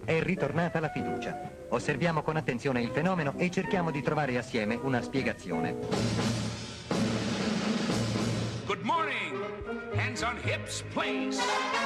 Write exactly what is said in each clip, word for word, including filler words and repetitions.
È ritornata la fiducia. Osserviamo con attenzione il fenomeno e cerchiamo di trovare assieme una spiegazione. Good morning. Hands on hips, please.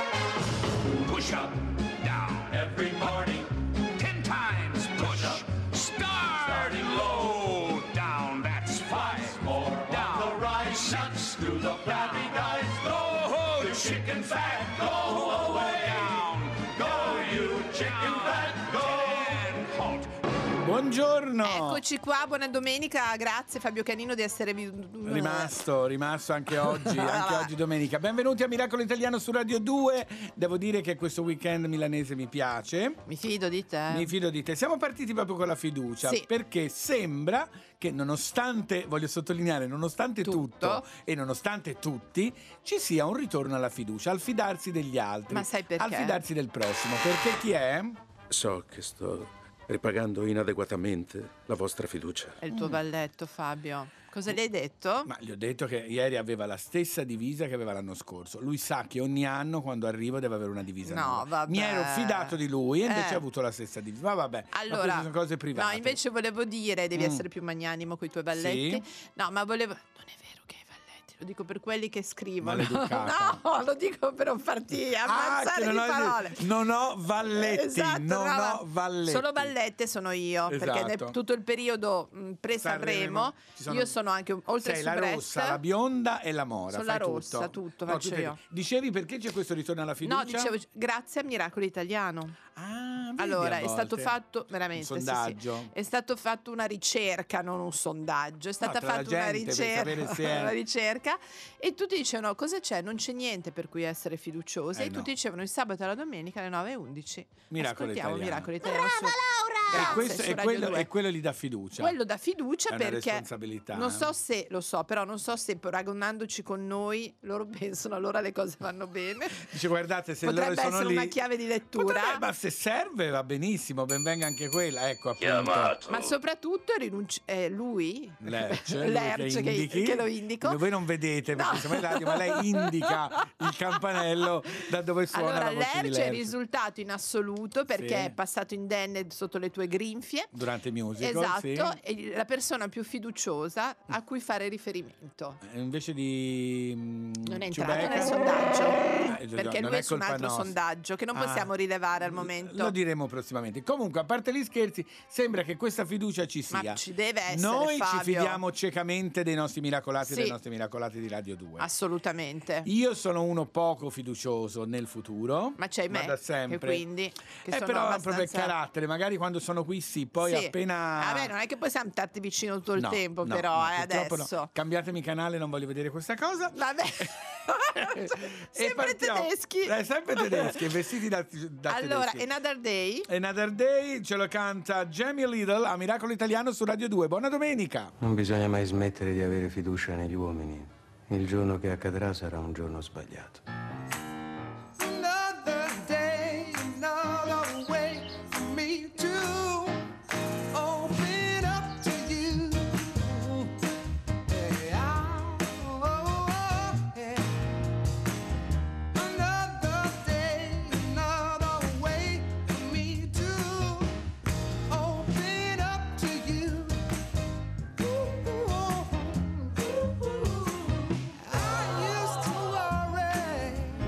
Push up, down. Every morning. Ten times push. Up. Start. Starting low. Down. That's five. More down. On the rise. Six. Do the flabby guys. Go. The chicken fat. Go away. Down. Go, you chicken fat. Go. Ten. Halt. Buongiorno. Eccoci qua, buona domenica, grazie Fabio Canino di essere rimasto, rimasto anche oggi, anche oggi domenica. Benvenuti a Miracolo Italiano su Radio due. Devo dire che questo weekend milanese mi piace. Mi fido di te. Mi fido di te. Siamo partiti proprio con la fiducia, sì. Perché sembra che nonostante, voglio sottolineare, nonostante tutto. tutto e nonostante tutti, ci sia un ritorno alla fiducia, al fidarsi degli altri. Ma sai perché? Al fidarsi del prossimo. Perché chi è? So che sto ripagando inadeguatamente la vostra fiducia. È il tuo balletto, Fabio. Cosa gli hai detto? Ma gli ho detto che ieri aveva la stessa divisa che aveva l'anno scorso. Lui sa che ogni anno quando arrivo deve avere una divisa no, nuova. Vabbè. Mi ero fidato di lui e invece eh. ha avuto la stessa divisa. Ma vabbè, allora, ma queste sono cose private. No, invece volevo dire, devi mm. essere più magnanimo con i tuoi balletti. Sì? No, ma volevo... Non è vero che hai balletti, lo dico per quelli che scrivono. Maleducata. No, lo dico per non farti ammazzare ah, di non parole. Ho, non ho valletti, esatto, non no, ho valletti. Solo ballette sono io, esatto. Perché nel tutto il periodo mh, pre-Sanremo sono... io sono anche oltre Sei su la Brest, rossa, la bionda e la mora. sono fai la rossa, tutto, tutto no, faccio tu io. Dicevi perché c'è questo ritorno alla fiducia? No, dicevo grazie a Miracolo Italiano. Ah, vedi, allora a è stato volte. fatto veramente un sondaggio. sì, sì. È stato fatto una ricerca, non un sondaggio, è stata no, tra fatta la una gente, per sapere ricerca, se è... una ricerca e tutti dicevano cosa c'è? Non c'è niente per cui essere fiduciosi Eh, e no. tutti dicevano il sabato e la domenica alle nove e undici. Miracolo Ascoltiamo Italiano. Miracolo Italiano. Brava su... Laura! E Grazie, questo, su e, Radio quello, due. e quello gli dà fiducia. Quello dà fiducia È una perché responsabilità, non so eh. se lo so, però non so se paragonandoci con noi loro pensano allora le cose vanno bene. Dice guardate se potrebbe loro sono essere lì una chiave di lettura. potrebbe, ma se serve va benissimo, ben venga anche quella, ecco appunto. Chiamato. Ma soprattutto è, rinunci- è lui Lerch, Lerch che, che, indichi. che lo indico. Voi non vedete perché No. siamo in radio, ma lei indica il campanello da dove suona Allora, la voce di Lerch è il Lerch. risultato in assoluto perché Sì. è passato indenne sotto le tue grinfie. Durante il musical, Esatto, sì. è la persona più fiduciosa a cui fare riferimento. Eh, Invece di mm, Non è entrato Ciubecca- nel sondaggio Eh, perché non lui è è su un colpa altro nostra. sondaggio che non Ah, possiamo rilevare al momento. Lo diremo prossimamente. Comunque, a parte gli scherzi, sembra che questa fiducia ci sia. Ma ci deve essere, Noi Fabio. ci fidiamo ciecamente dei nostri miracolati Sì. e dei nostri miracolati di Radio due. Assolutamente. Io sono uno poco fiducioso nel futuro. Ma c'hai me, da sempre. che quindi che eh, sono però è abbastanza... proprio il carattere. Magari quando sono qui sì, poi Sì. appena. Vabbè, non è che possiamo starti vicino tutto il No, tempo, no, però no, eh, purtroppo adesso. no. Cambiatemi canale, non voglio vedere questa cosa. Vabbè. E Sempre partiamo- tedeschi. Eh, sempre tedeschi, vestiti da, da Allora, tedeschi. Another Day. Another Day ce lo canta Jamie Little a Miracolo Italiano su Radio due. Buona domenica. Non bisogna mai smettere di avere fiducia negli uomini. Il giorno che accadrà sarà un giorno sbagliato. Another day, another way for me to open up to you. Yeah, oh, oh, yeah. Another day, another way for me to open up to you. Ooh, ooh, ooh. I used to worry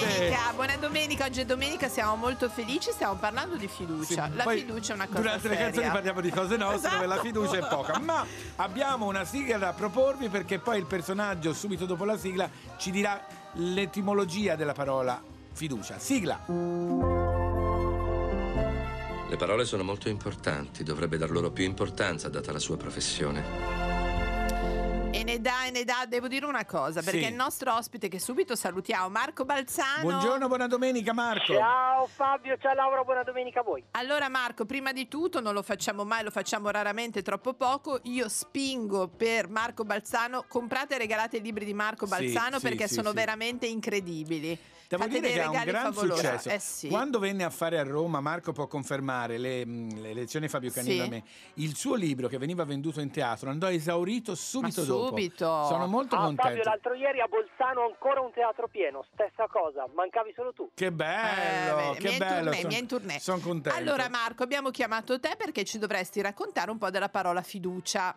domenica, buona domenica. Oggi è domenica, siamo molto felici, stiamo parlando di fiducia. Sì, la poi fiducia è una cosa durante seria. le canzoni parliamo di cose nostre, Esatto. dove la fiducia è poca. Ma abbiamo una sigla da proporvi, perché poi il personaggio, subito dopo la sigla, ci dirà l'etimologia della parola fiducia. Sigla. Le parole sono molto importanti, dovrebbe dar loro più importanza data la sua professione. E ne dà, e ne dà, devo dire una cosa, perché Sì. il nostro ospite, che subito salutiamo, Marco Balzano. Buongiorno, buona domenica Marco. Ciao Fabio, ciao Laura, buona domenica a voi. Allora Marco, prima di tutto, non lo facciamo mai, lo facciamo raramente, troppo poco. Io spingo per Marco Balzano, comprate e regalate i libri di Marco Sì, Balzano, sì, perché sì, sono sì. veramente incredibili. Devo Fate dire dei che ha un regali gran favolosi. successo. Eh sì. Quando venne a fare a Roma, Marco può confermare, le, le lezioni Fabio Canino Sì. a me, il suo libro che veniva venduto in teatro andò esaurito subito Ma dopo. subito. Sono molto Ah, contento. Fabio, l'altro ieri a Bolzano ancora un teatro pieno, stessa cosa, mancavi solo tu. Che bello, Eh, che mi è in bello. tournée, son- mi è in tournée. Sono contento. Allora Marco, abbiamo chiamato te perché ci dovresti raccontare un po' della parola fiducia.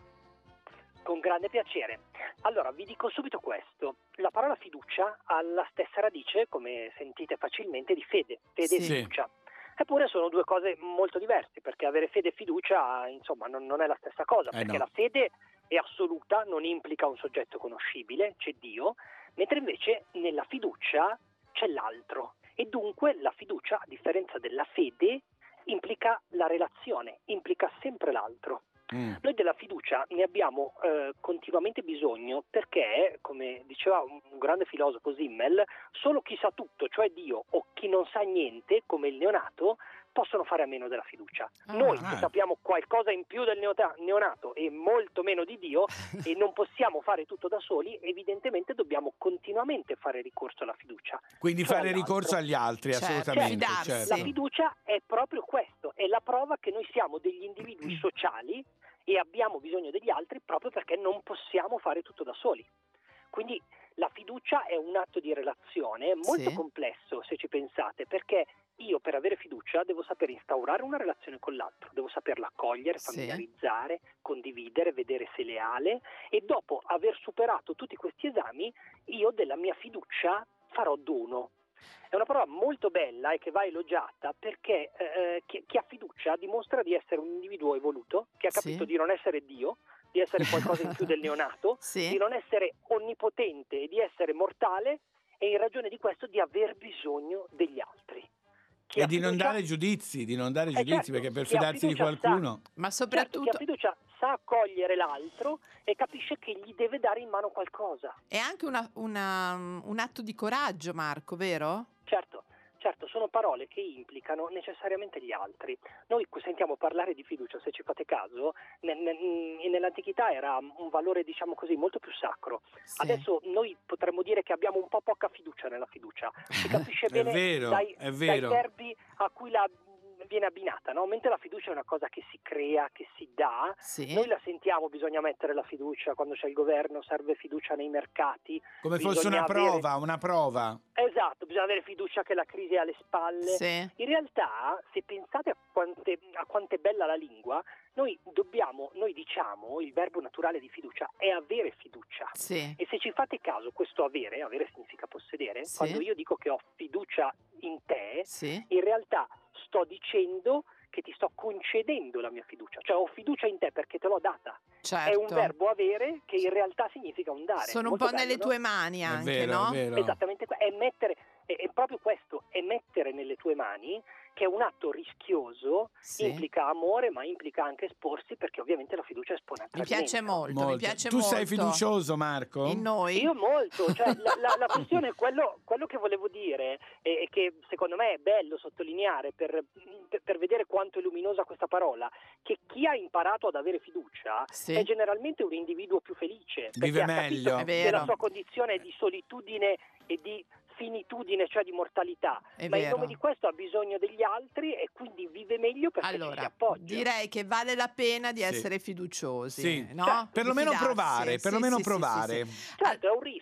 Con grande piacere. Allora, vi dico subito questo. La parola fiducia ha la stessa radice, come sentite facilmente, di fede. Fede e Sì. fiducia. Eppure sono due cose molto diverse, perché avere fede e fiducia, insomma, non, non è la stessa cosa, Eh, perché no. la fede è assoluta, non implica un soggetto conoscibile, c'è Dio, mentre invece nella fiducia c'è l'altro. E dunque la fiducia, a differenza della fede, implica la relazione, implica sempre l'altro. Mm. Noi della fiducia ne abbiamo eh, continuamente bisogno perché, come diceva un un grande filosofo Simmel, solo chi sa tutto, cioè Dio, o chi non sa niente, come il neonato, possono fare a meno della fiducia. Ah. Noi Ah. che sappiamo qualcosa in più del neota- neonato e molto meno di Dio e non possiamo fare tutto da soli, evidentemente dobbiamo continuamente fare ricorso alla fiducia. Quindi Cioè fare all'altro. ricorso agli altri, Certo, assolutamente. fidarsi. certo. La fiducia è proprio questo, è la prova che noi siamo degli individui sociali e abbiamo bisogno degli altri proprio perché non possiamo fare tutto da soli. Quindi la fiducia è un atto di relazione molto Sì. complesso, se ci pensate, perché io per avere fiducia devo saper instaurare una relazione con l'altro, devo saperla accogliere, Sì. familiarizzare, condividere, vedere se è leale, e dopo aver superato tutti questi esami io della mia fiducia farò dono. È una parola molto bella e che va elogiata perché eh, chi, chi ha fiducia dimostra di essere un individuo evoluto, che ha capito Sì. di non essere Dio, di essere qualcosa in più del neonato, Sì. di non essere onnipotente e di essere mortale, e in ragione di questo di aver bisogno degli altri. Chi E ha di non fiducia- dare giudizi, di non dare Eh, giudizi, certo, perché per chi ha fidarsi di fiducia sa- qualcuno... Ma Certo, chi soprattutto ha fiducia sa accogliere l'altro e capisce che gli deve dare in mano qualcosa. è anche una- una- un atto di coraggio, Marco, vero? Certo, certo, sono parole che implicano necessariamente gli altri. Noi sentiamo parlare di fiducia, se ci fate caso, ne- ne- nell'antichità era un valore, diciamo così, molto più sacro. Sì. Adesso noi potremmo dire che abbiamo un po' poca fiducia nella fiducia. Si capisce È bene vero, dai, è dai vero. verbi a cui la viene abbinata, no? Mentre la fiducia è una cosa che si crea, che si dà. Sì. Noi la sentiamo, bisogna mettere la fiducia quando c'è il governo, serve fiducia nei mercati. Come fosse bisogna una avere- prova, una prova. Esatto, bisogna avere fiducia che la crisi è alle spalle. Sì. In realtà, se pensate a quante, a quanto è bella la lingua, noi dobbiamo, noi diciamo, il verbo naturale di fiducia è avere fiducia. Sì. E se ci fate caso, questo avere, avere significa possedere, Sì. quando io dico che ho fiducia in te, Sì. in realtà sto dicendo che ti sto concedendo la mia fiducia, cioè ho fiducia in te perché te l'ho data. Certo. È un verbo avere che in realtà significa un dare. Sono un Molto po' nelle bello, no? tue mani anche, è vero, no? è vero. Esattamente, que- è mettere, è, è proprio questo, è mettere nelle tue mani, che è un atto rischioso, Sì. implica amore, ma implica anche esporsi, perché ovviamente la fiducia espone Mi al piace tradimento. molto, mi Molto. piace Tu molto. sei fiducioso, Marco? In noi? Io molto, cioè la, la, la questione è quello, quello che volevo dire e, e che secondo me è bello sottolineare per, per, per vedere quanto è luminosa questa parola, che chi ha imparato ad avere fiducia Sì. è generalmente un individuo più felice, perché Vive ha capito meglio. È che vero. la sua condizione è di solitudine e di finitudine, cioè di mortalità, È ma in vero. nome di questo ha bisogno degli altri e quindi vive meglio perché ci si Allora, appoggia. direi che vale la pena di Sì. essere fiduciosi, Sì. no? Cioè, Di Perlomeno fidarsi. provare, Sì, perlomeno sì, sì, provare. sì, sì. Certo, è un rischio,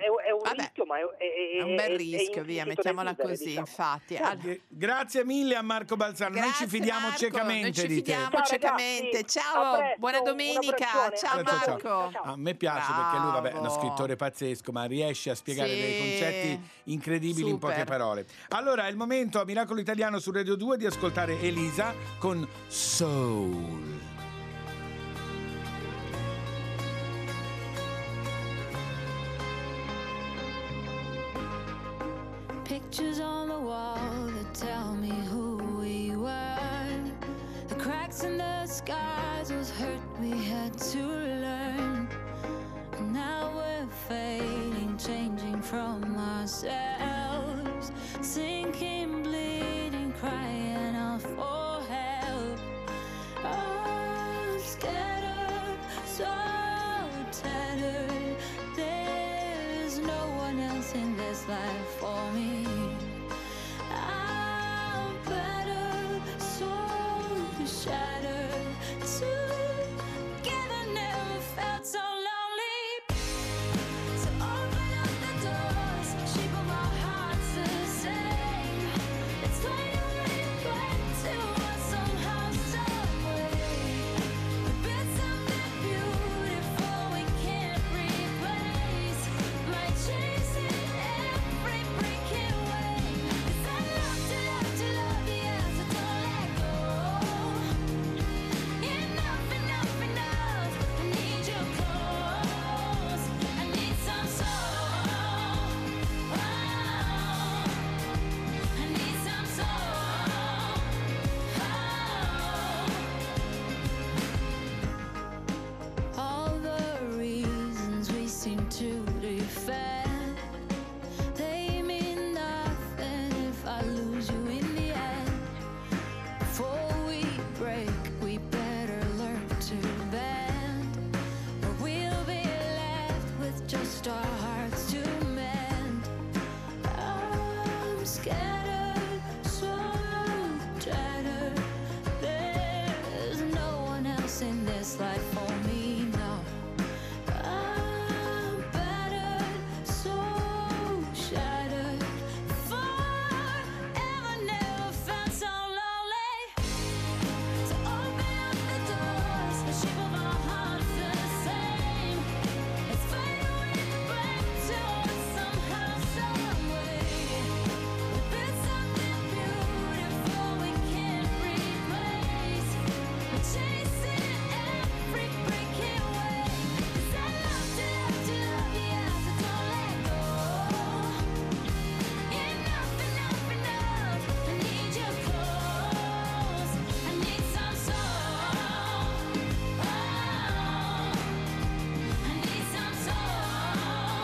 è, è un Vabbè, rischio, ma è, è, è un bel è- è rischio, via, insito nel mettiamola vivere, così, diciamo. infatti. Sì. Allora, Grazie mille a Marco Balzano, noi ci grazie, fidiamo Marco, ciecamente noi ci di te. fidiamo Ciao, ciecamente. ragazzi, Ciao, a presto, buona un domenica. abbraccione. Ciao Ciao, ciao, ciao. Marco. Ciao. A me piace perché lui, vabbè, è uno Bravo. scrittore pazzesco, ma riesce a spiegare Sì. dei concetti incredibili in Super. poche parole. Allora, è il momento a Miracolo Italiano su Radio due di ascoltare Elisa con Soul. Pictures on the wall that tell me who we were. The cracks in the skies, those hurt we had to learn. And now we're fading, changing from ourselves. Sinking, bleeding, crying out for help. I'm scattered, so tattered. There's no one else in this life for me. I'm battered, so shattered. Together never felt so lonely. So open up the doors, shape of our hearts the same. Let's find a way back to us somehow, some way. We built something beautiful we can't replace. Might chase it every breaking way. 'Cause I love to love to love you, so don't let go. Enough, enough, enough. I need you close. I need some soul. Oh, I need some soul. Oh. All the reasons we seem to defend, they mean nothing if I lose you in the end. Before we break, we better learn to bend, or we'll be left with just our hearts to mend. I'm scattered, so tattered. There's no one else in this life for me now. I'm battered, so shattered. Forever never felt so lonely. So open up the doors, the shape of our hearts the same. Let's find a way back to us somehow, some way. We built something beautiful we can't replace. We're chasing every breaking way. 'Cause I love to love to love you, so don't let go. Enough, enough, enough. I need you close. I need some soul. Oh, I need some soul.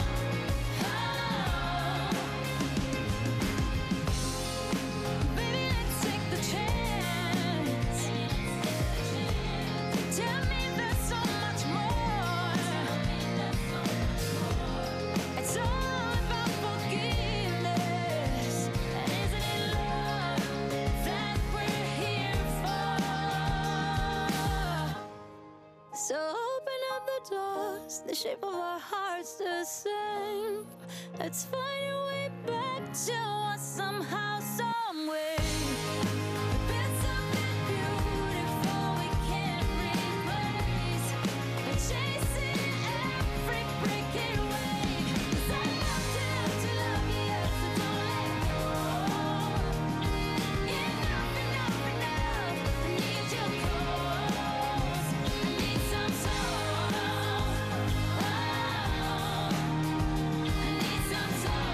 Oh, baby, let's take the chance. Tell me there's so much more. It's all about forgiveness. And isn't it love that we're here for? So open up the doors, the shape of our hearts the same. Let's find a way back to us somehow, some way. We built something beautiful we can't replace. We're chasing every breaking way. 'Cause I love to love to love you, so don't let go. Enough, enough, enough. I need you close. I need some soul. Oh, I need some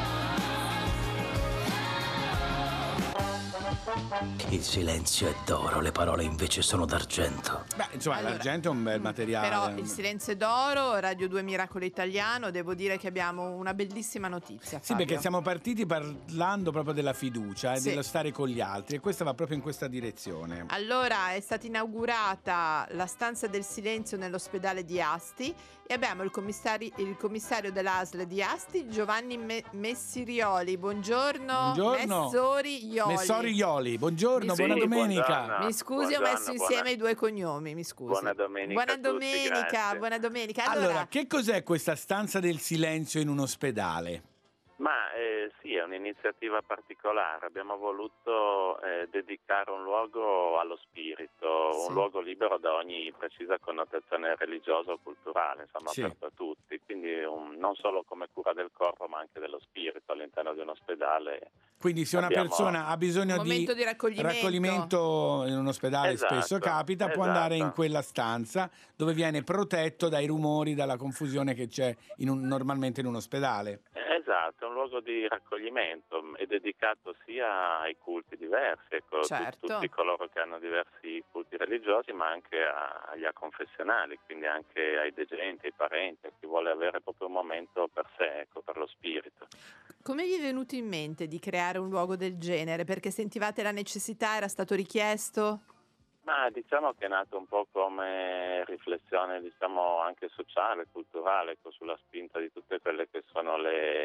soul. Il silenzio è d'oro, le parole invece sono d'argento. Beh, insomma, Allora, l'argento è un bel materiale. Però il silenzio è d'oro, Radio due Miracolo Italiano, devo dire che abbiamo una bellissima notizia. Sì, Fabio. perché siamo partiti parlando proprio della fiducia e Sì. dello stare con gli altri, e questa va proprio in questa direzione. Allora è stata inaugurata la stanza del silenzio nell'ospedale di Asti e abbiamo il, commissari- il commissario dell'A S L di Asti, Giovanni Me- Messirioli. Buongiorno. Buongiorno. Messorioli. Messorioli. Sorioli. Buongiorno, Mi buona scusi. domenica. Buongiorno. Mi scusi, ho Buongiorno, messo buona- insieme i due cognomi, mi scusi. Buona domenica Buona a tutti, domenica, grazie. buona domenica. Allora, Allora, che cos'è questa stanza del silenzio in un ospedale? Ma eh, sì, è un'iniziativa particolare. Abbiamo voluto eh, dedicare un luogo allo spirito, Sì. un luogo libero da ogni precisa connotazione religiosa o culturale, insomma, Sì. aperto a tutti. Quindi un- non solo come cura del corpo, ma anche dello spirito all'interno di un ospedale. Quindi se una Abbiamo- persona ha bisogno Un momento di raccoglimento. raccoglimento in un ospedale, Esatto, spesso capita, può andare in esatto. quella stanza dove viene protetto dai rumori, dalla confusione che c'è in un- normalmente in un ospedale. Esatto, è un luogo di raccoglimento, è dedicato sia ai culti diversi, ecco, tu- Certo. tutti coloro che hanno diversi culti religiosi, ma anche a- agli aconfessionali, quindi anche ai degenti, ai parenti, a chi vuole avere proprio un momento per sé, ecco, per lo spirito. come vi è venuto in mente di creare un luogo del genere? Perché sentivate la necessità, era stato richiesto? Ma diciamo che è nato un po' come riflessione, diciamo, anche sociale, culturale, ecco, sulla spinta di tutte quelle che sono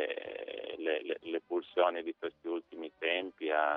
le, le- le- le pulsioni di questi ultimi tempi a,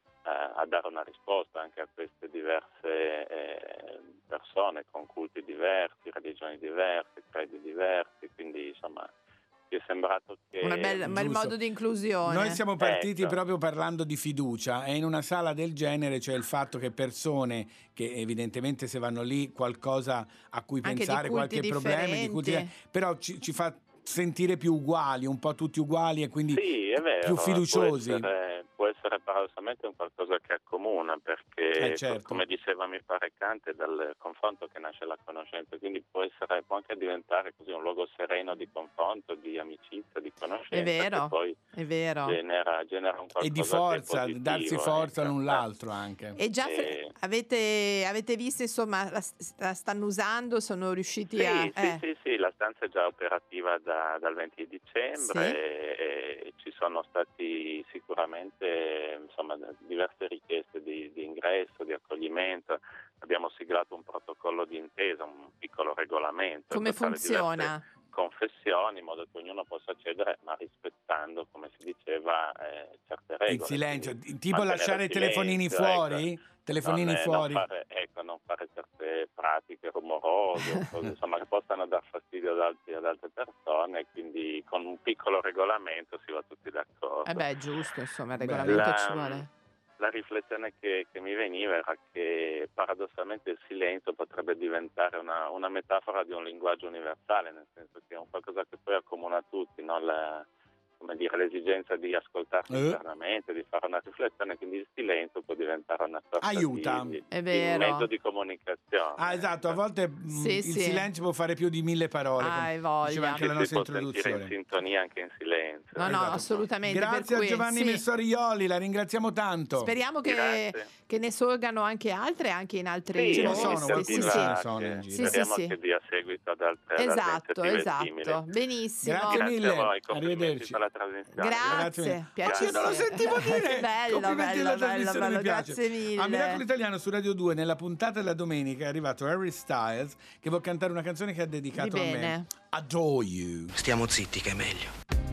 a- a dare una risposta anche a queste diverse eh, persone con culti diversi, religioni diverse, credi diversi, quindi insomma ci è sembrato che... Una bella- un bel Giusto. modo di inclusione. Noi siamo partiti Ecco. proprio parlando di fiducia e in una sala del genere c'è il fatto che persone che evidentemente se vanno lì qualcosa a cui Anche di pensare, culti qualche problema, di culti, differenti. però ci, ci fa sentire più uguali, un po' tutti uguali e quindi Sì, è vero, più fiduciosi. Può essere, può essere paradossalmente un qualcosa che accomuna, perché Eh, certo. come diceva mi pare Kant, è dal confronto che nasce la conoscenza, quindi può essere, può anche diventare così un luogo sereno di confronto, di amicizia, di conoscenza, È vero, che poi è vero. genera, genera un qualcosa E di che è forza, positivo, darsi forza ecco. l'un l'altro anche. E già fre- Eh. avete, avete visto, insomma, la, la stanno usando, sono riusciti Sì, a... sì, eh. sì, sì, la stanza è già operativa da- dal venti dicembre Sì. e, e ci sono stati sicuramente insomma, diverse richieste di, di ingresso, di accoglimento. Abbiamo siglato un protocollo di intesa, un piccolo regolamento. Come per fare funziona? diverse confessioni in modo che ognuno possa accedere, ma rispettando, come si diceva, eh, certe regole. Il silenzio, Quindi tipo mantenere lasciare il i telefonini silenzio, fuori? ecco. Telefonini non, eh, fuori. Non fare, ecco, non fare certe pratiche rumorose, cose, insomma, che possano dar fastidio ad, altri, ad altre persone, quindi con un piccolo regolamento si va tutti d'accordo. Eh beh, è giusto, insomma, il Beh, regolamento la- ci vuole. La riflessione che, che mi veniva era che paradossalmente il silenzio potrebbe diventare una, una metafora di un linguaggio universale, nel senso che è un qualcosa che poi accomuna tutti, no? La- come dire, l'esigenza di ascoltarsi Eh. internamente, di fare una riflessione, quindi il silenzio può diventare una sorta Aiuta. di, di, È di vero. mezzo di comunicazione. Ah, esatto, a volte mh, Sì, il sì. silenzio può fare più di mille parole. come Hai voglia. diceva anche Che la si nostra può sentire in introduzione. sintonia anche in silenzio. No, no, Esatto. assolutamente. Grazie per a cui, Giovanni sì, Messorioli, la ringraziamo tanto. speriamo che, Grazie. che ne sorgano anche altre, anche in altri Sì, Ce ne è sono, posti. qualcuno Sì, ce sì. ne sono in che- giro. Sì, sì, speriamo sì. che dia seguito ad altre, ad altre Esatto, iniziative simili. esatto. Benissimo. Grazie Grazie mille, a voi, complimenti arrivederci. per la trasmissione. Grazie, Grazie mille. piacere. Oggi non lo sentivo dire. Bello, Complimenti bello, alla bello, trasmissione, bello, mi piace. grazie mille. A Miracolo Italiano su Radio due, nella puntata della domenica, è arrivato Harry Styles che vuol cantare una canzone che ha dedicato Di a me. bene. Adore You. Stiamo zitti che è meglio.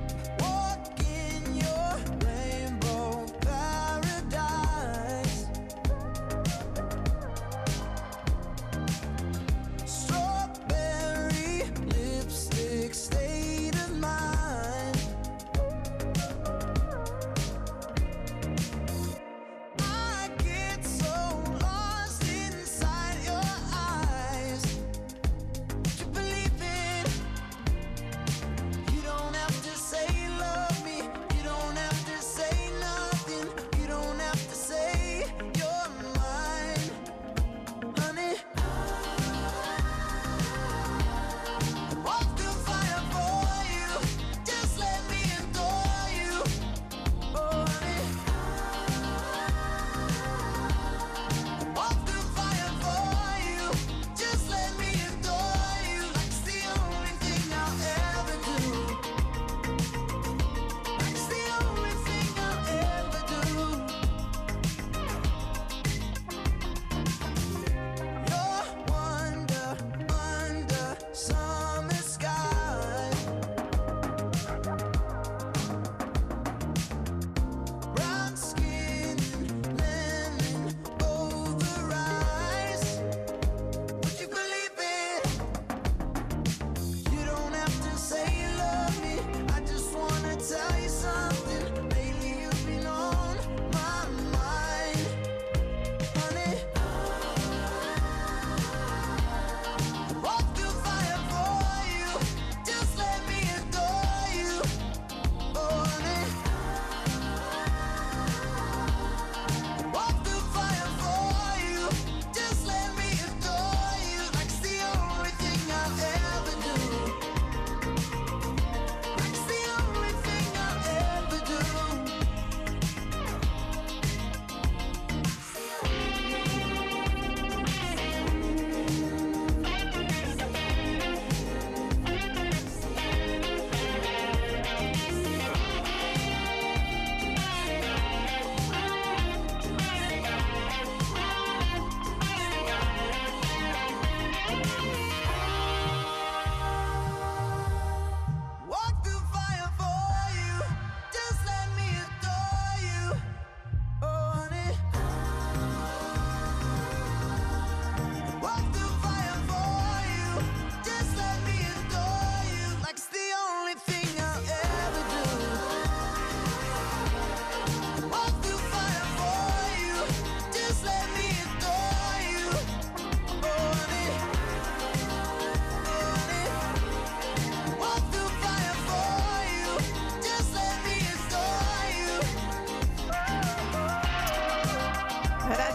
Walk in your rainbow paradise. Strawberry lipstick state of mind. I get so lost inside your eyes. To believe it, you don't have to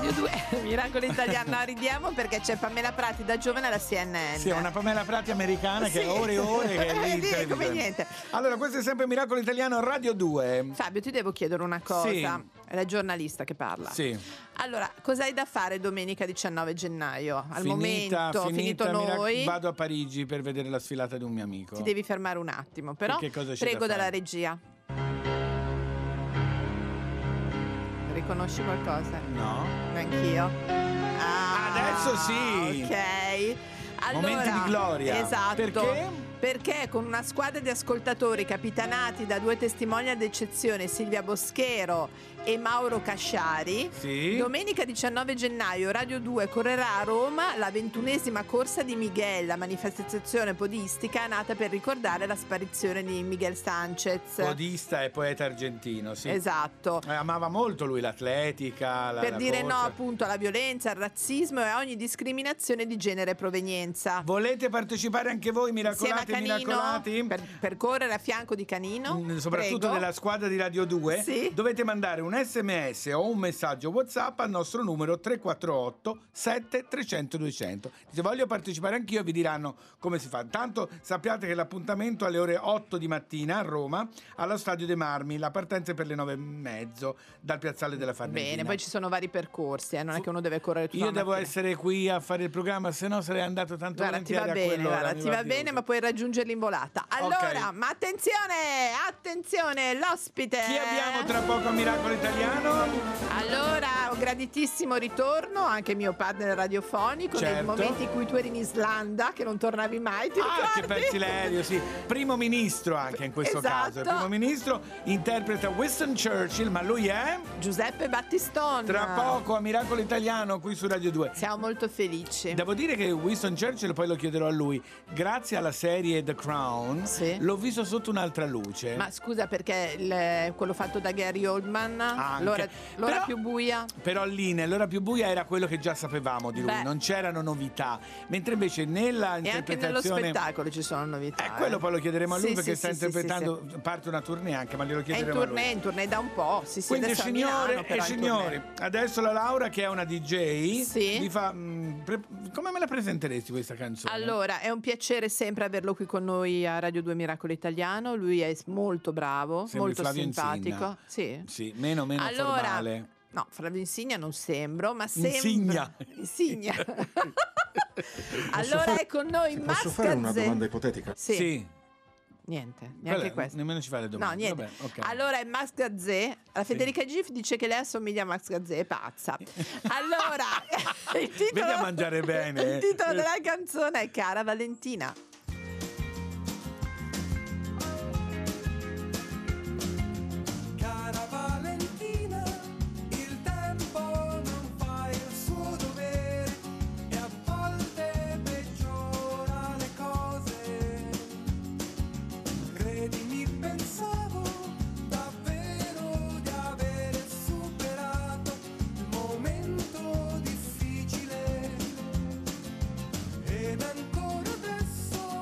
Radio due, Miracolo Italiano. No, ridiamo perché c'è Pamela Prati da giovane alla C N N. Sì, una Pamela Prati americana che Sì. è ore e ore che è lì in Sì, televisione. come niente. Allora, questo è sempre Miracolo Italiano Radio due. Fabio, ti devo chiedere una cosa. Sì. È la giornalista che parla. Sì. Allora, cos'hai da fare domenica diciannove gennaio? Al Finita, momento, finita, finito Mirac- noi, vado a Parigi per vedere la sfilata di un mio amico. ti devi fermare un attimo. Però Che cosa c'è prego da dalla fare? regia. Riconosci qualcosa? No. Neanch'io. Ah, Adesso sì. Ok. Allora, Momenti di gloria. Esatto. Perché? Perché con una squadra di ascoltatori capitanati da due testimonial d'eccezione, Silvia Boschero e Mauro Casciari, Sì. domenica diciannove gennaio Radio due correrà a Roma la ventunesima corsa di Miguel, la manifestazione podistica nata per ricordare la sparizione di Miguel Sanchez. Podista e poeta argentino, sì. Esatto. Eh, amava molto lui l'atletica, la, Per la dire no corsa. appunto alla violenza, al razzismo e a ogni discriminazione di genere e provenienza. Volete partecipare anche voi, Insieme a miracolati e Canino, miracolati? per, per correre a fianco di Canino, Mm, Soprattutto prego. della squadra di Radio due, Sì. dovete mandare un sms o un messaggio WhatsApp al nostro numero tre quattro otto sette trecento duecento. Se voglio partecipare anch'io, vi diranno come si fa. Intanto sappiate che l'appuntamento è alle ore otto di mattina a Roma allo Stadio dei Marmi, la partenza è per le nove e mezzo dal piazzale della Farnesina. Bene, poi ci sono vari percorsi, eh, non è che uno deve correre tutta Io la devo mattina. essere qui a fare il programma, se no sarei andato tanto Guarda, ti va volentieri a bene, quell'ora, guarda, mi ti va di bene, uso. ma puoi raggiungerli in volata. Allora, ma attenzione, attenzione, l'ospite. Chi abbiamo tra poco a Miracolo Italiano? Allora, un graditissimo ritorno, anche mio partner radiofonico, nei Certo. momenti in cui tu eri in Islanda, che non tornavi mai, ti Ah, che ricordi? bel Silerio, sì. Primo ministro anche in questo Esatto. caso. Il primo ministro interpreta Winston Churchill, ma lui è Giuseppe Battistone. tra poco a Miracolo Italiano qui su Radio due. Siamo molto felici. Devo dire che Winston Churchill, poi lo chiederò a lui, grazie alla serie The Crown, Sì. l'ho visto sotto un'altra luce. Ma scusa, perché il- quello fatto da Gary Oldman, Anche. l'ora, l'ora Però- più buia? Però lì nell'ora più buia era quello che già sapevamo di lui, Beh. non c'erano novità. Mentre invece nella E anche nello interpretazione spettacolo ci sono novità. Eh, quello poi lo chiederemo a lui Sì, perché sì, sta sì, sì, interpretando, sì, sì. parte una tournée anche, ma glielo È in chiederemo a lui. tournée, in tournée da un po'. Sì, sì, Quindi adesso a signore Milano, e però in signori, tournée. adesso la Laura che è una D J Sì. vi fa mm, pre- come me la presenteresti questa canzone? Allora, è un piacere sempre averlo qui con noi a Radio due Miracolo Italiano. Lui è molto bravo, Sembri molto Flavio simpatico. Insigna. Sì. Sì, meno meno Allora, formale. no, Flavio Insigna non sembro, ma sembra Insignia. Insignia. Allora è con noi Max Posso fare una Gazzè. domanda ipotetica? Sì. Niente, neanche Quella- questo. Nemmeno ci fare le domande. No, niente. Vabbè, ok. Allora è Max Gazzè. La Federica Gif dice che lei assomiglia a Max Gazzè, è pazza. Allora, il titolo, Vedi a mangiare bene. il titolo della canzone è Cara Valentina. Cara Valentina, il tempo non fa il suo dovere e a volte peggiora le cose. Credimi, pensavo davvero di avere superato il momento difficile ed ancora adesso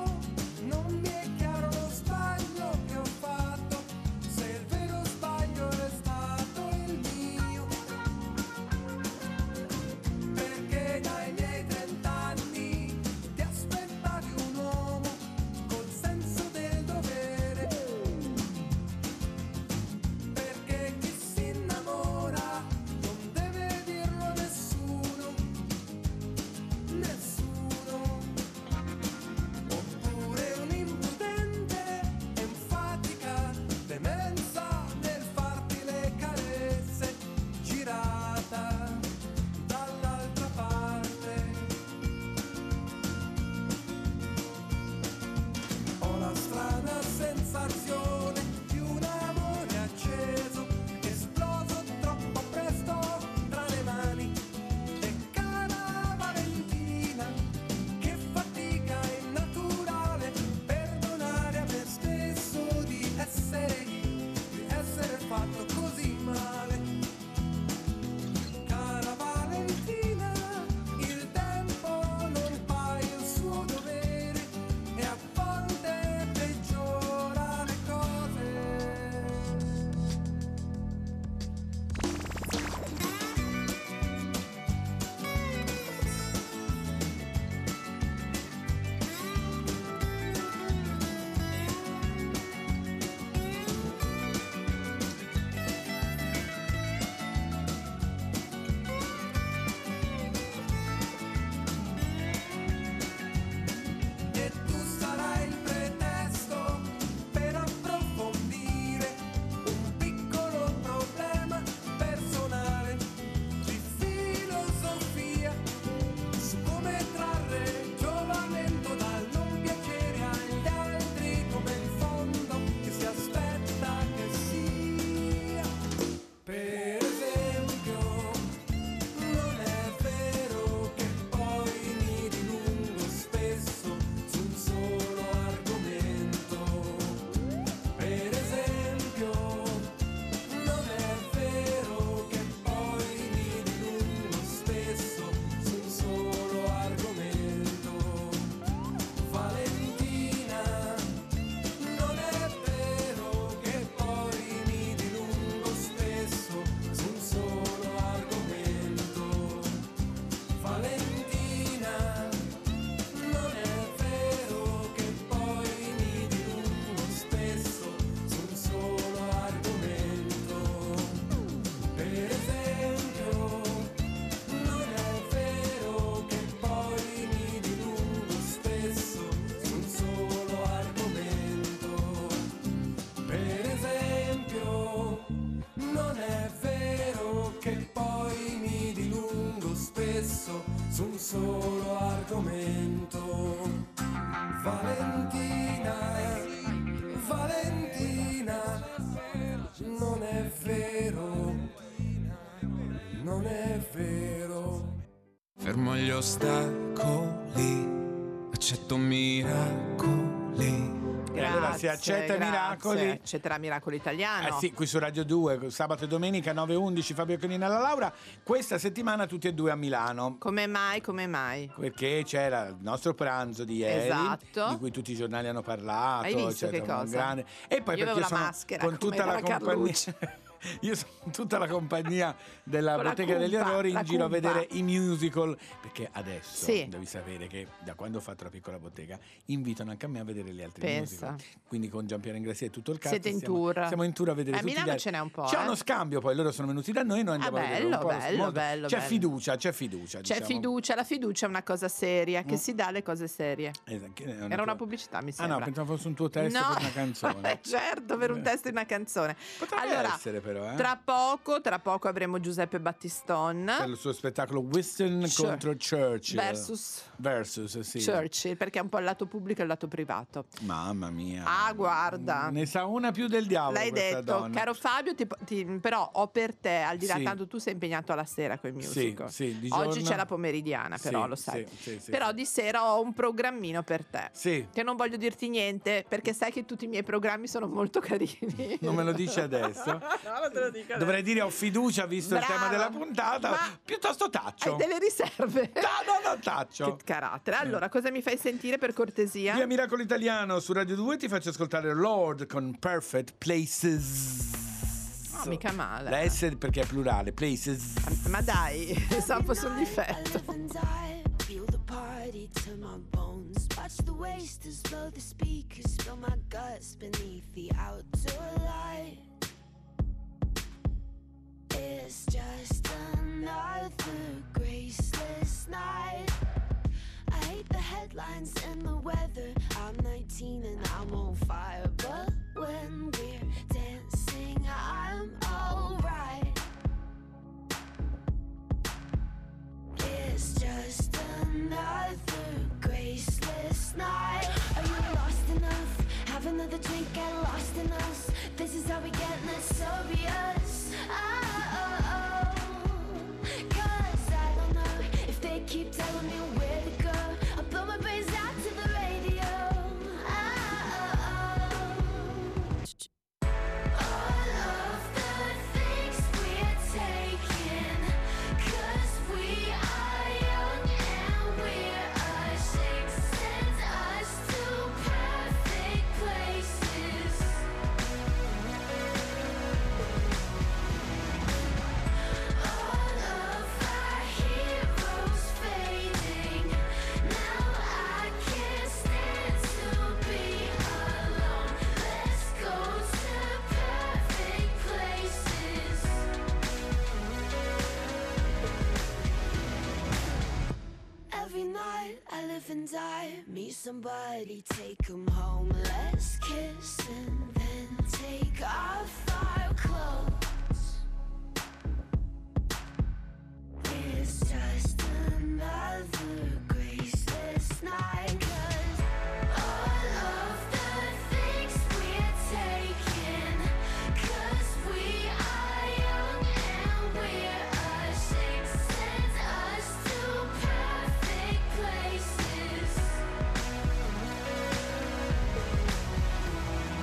Per esempio, non è vero che poi mi dilungo spesso su un solo argomento. Valentina, Valentina, non è vero, non è vero. Fermo gli ostacoli, accetto miracoli. E allora si accetta i miracoli. Accetterà Miracolo Italiano. Eh sì, qui su Radio due, sabato e domenica nove e undici, Fabio Canina e la Laura. Questa settimana tutti e due a Milano. Come mai, come mai? Perché c'era il nostro pranzo di ieri, Esatto. di cui tutti i giornali hanno parlato. Hai visto che eccetera, un cosa? grande... E poi Io perché avevo la sono maschera, con tutta come la era Carlucci. compagnia. Io sono con tutta la compagnia della Con la Bottega degli cumpa, Errori in la giro a cumpa. vedere i musical, perché adesso Sì. devi sapere che da quando ho fatto la piccola bottega invitano anche a me a vedere gli altri Pensa. musical. Quindi con Giampiero Ingrassi e tutto il cast Siete in siamo, tour. siamo in tour a vedere A tutti Milano gli altri. ce n'è un po', C'è eh. uno scambio, poi loro sono venuti da noi e noi andiamo Ah, a vedere bello, un po'. bello, molto- bello, C'è bello. fiducia, c'è fiducia. C'è diciamo. fiducia, la fiducia è una cosa seria, che Mm. si dà le cose serie. Esatto, che è Era una tua- pubblicità, mi Ah sembra. no, pensavo fosse un tuo testo No. per una canzone. Eh, certo, per un testo di una canzone. Potrebbe allora, essere però, eh. tra poco, tra poco avremo Giuseppe Battiston Per il suo spettacolo Winston Chur- contro Churchill. versus Versus, sì. Churchill, perché è un po' il lato pubblico e il lato privato. Mamma mia. Ah, guarda. Ne sa una più del diavolo. L'hai questa detto, donna. caro Fabio, ti- ti- però ho per te, al di là, Sì. tanto tu sei impegnato alla sera con i Sì, musical. sì, di Oggi giorno- c'è la pomeridiana, però Sì, lo sai. sì, sì, sì, però sì. di sera ho un programmino per te. Sì. Che non voglio dirti niente, perché sai che tutti i miei programmi sono molto carini. Non me lo dici adesso? no, non te lo dico adesso. Dovrei dire ho fiducia visto il Bravo. tema della puntata. Ma- Piuttosto taccio. Hai delle riserve. No, no, no, taccio. Che carattere. Allora, cosa mi fai sentire per cortesia? Via Miracolo Italiano su Radio due ti faccio ascoltare Lord con Perfect Places. No, mica male. La S perché è plurale, Places. Ma dai, Sampo sul difetto. Feel the party to my bones. Watch the wasters blow the speakers. Spill my guts beneath the outdoor light. It's just another graceless night. I hate the headlines and the weather. I'm nineteen and I'm on fire, but when we're dancing, I'm alright. It's just another graceless night. Are you lost enough? Have another drink, get lost in us. This is how we get less obvious. Oh, 'cause I don't know if they keep telling me where to go. I'll blow my brains out to the radio. All of the things we're taking, 'cause we are young and we're ashamed. Send us to perfect places. All of our heroes fading. Now I can't stand to be alone. Let's go to perfect places. Every night I live and die. Meet somebody, take 'em home. Let's kiss and then take off our clothes. It's just another graceless night. 'Cause all of the things we're taking, 'cause we are young and we're ashamed. Send us to perfect places.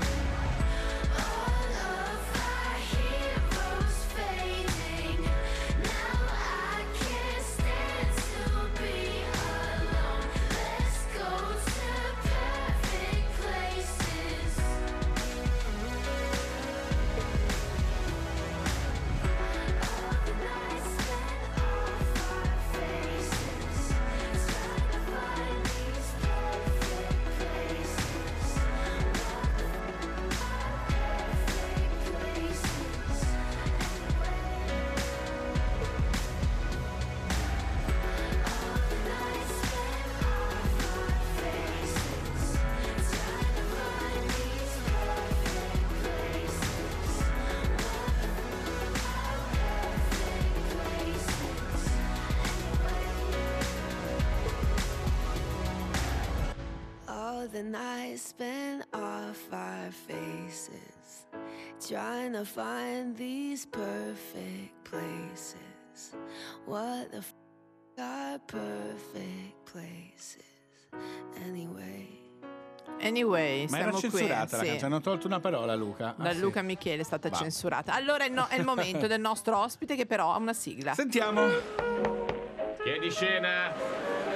I spend off our faces trying to find these perfect places. What the f are perfect places anyway? Anyway, Ma era siamo qui. censurata la sì. canzone, hanno tolto una parola, Luca. Da Ah, sì. Luca Michele è stata Va. censurata. Allora è, no- è il momento del nostro ospite che però ha una sigla. Sentiamo. Chiedi scena.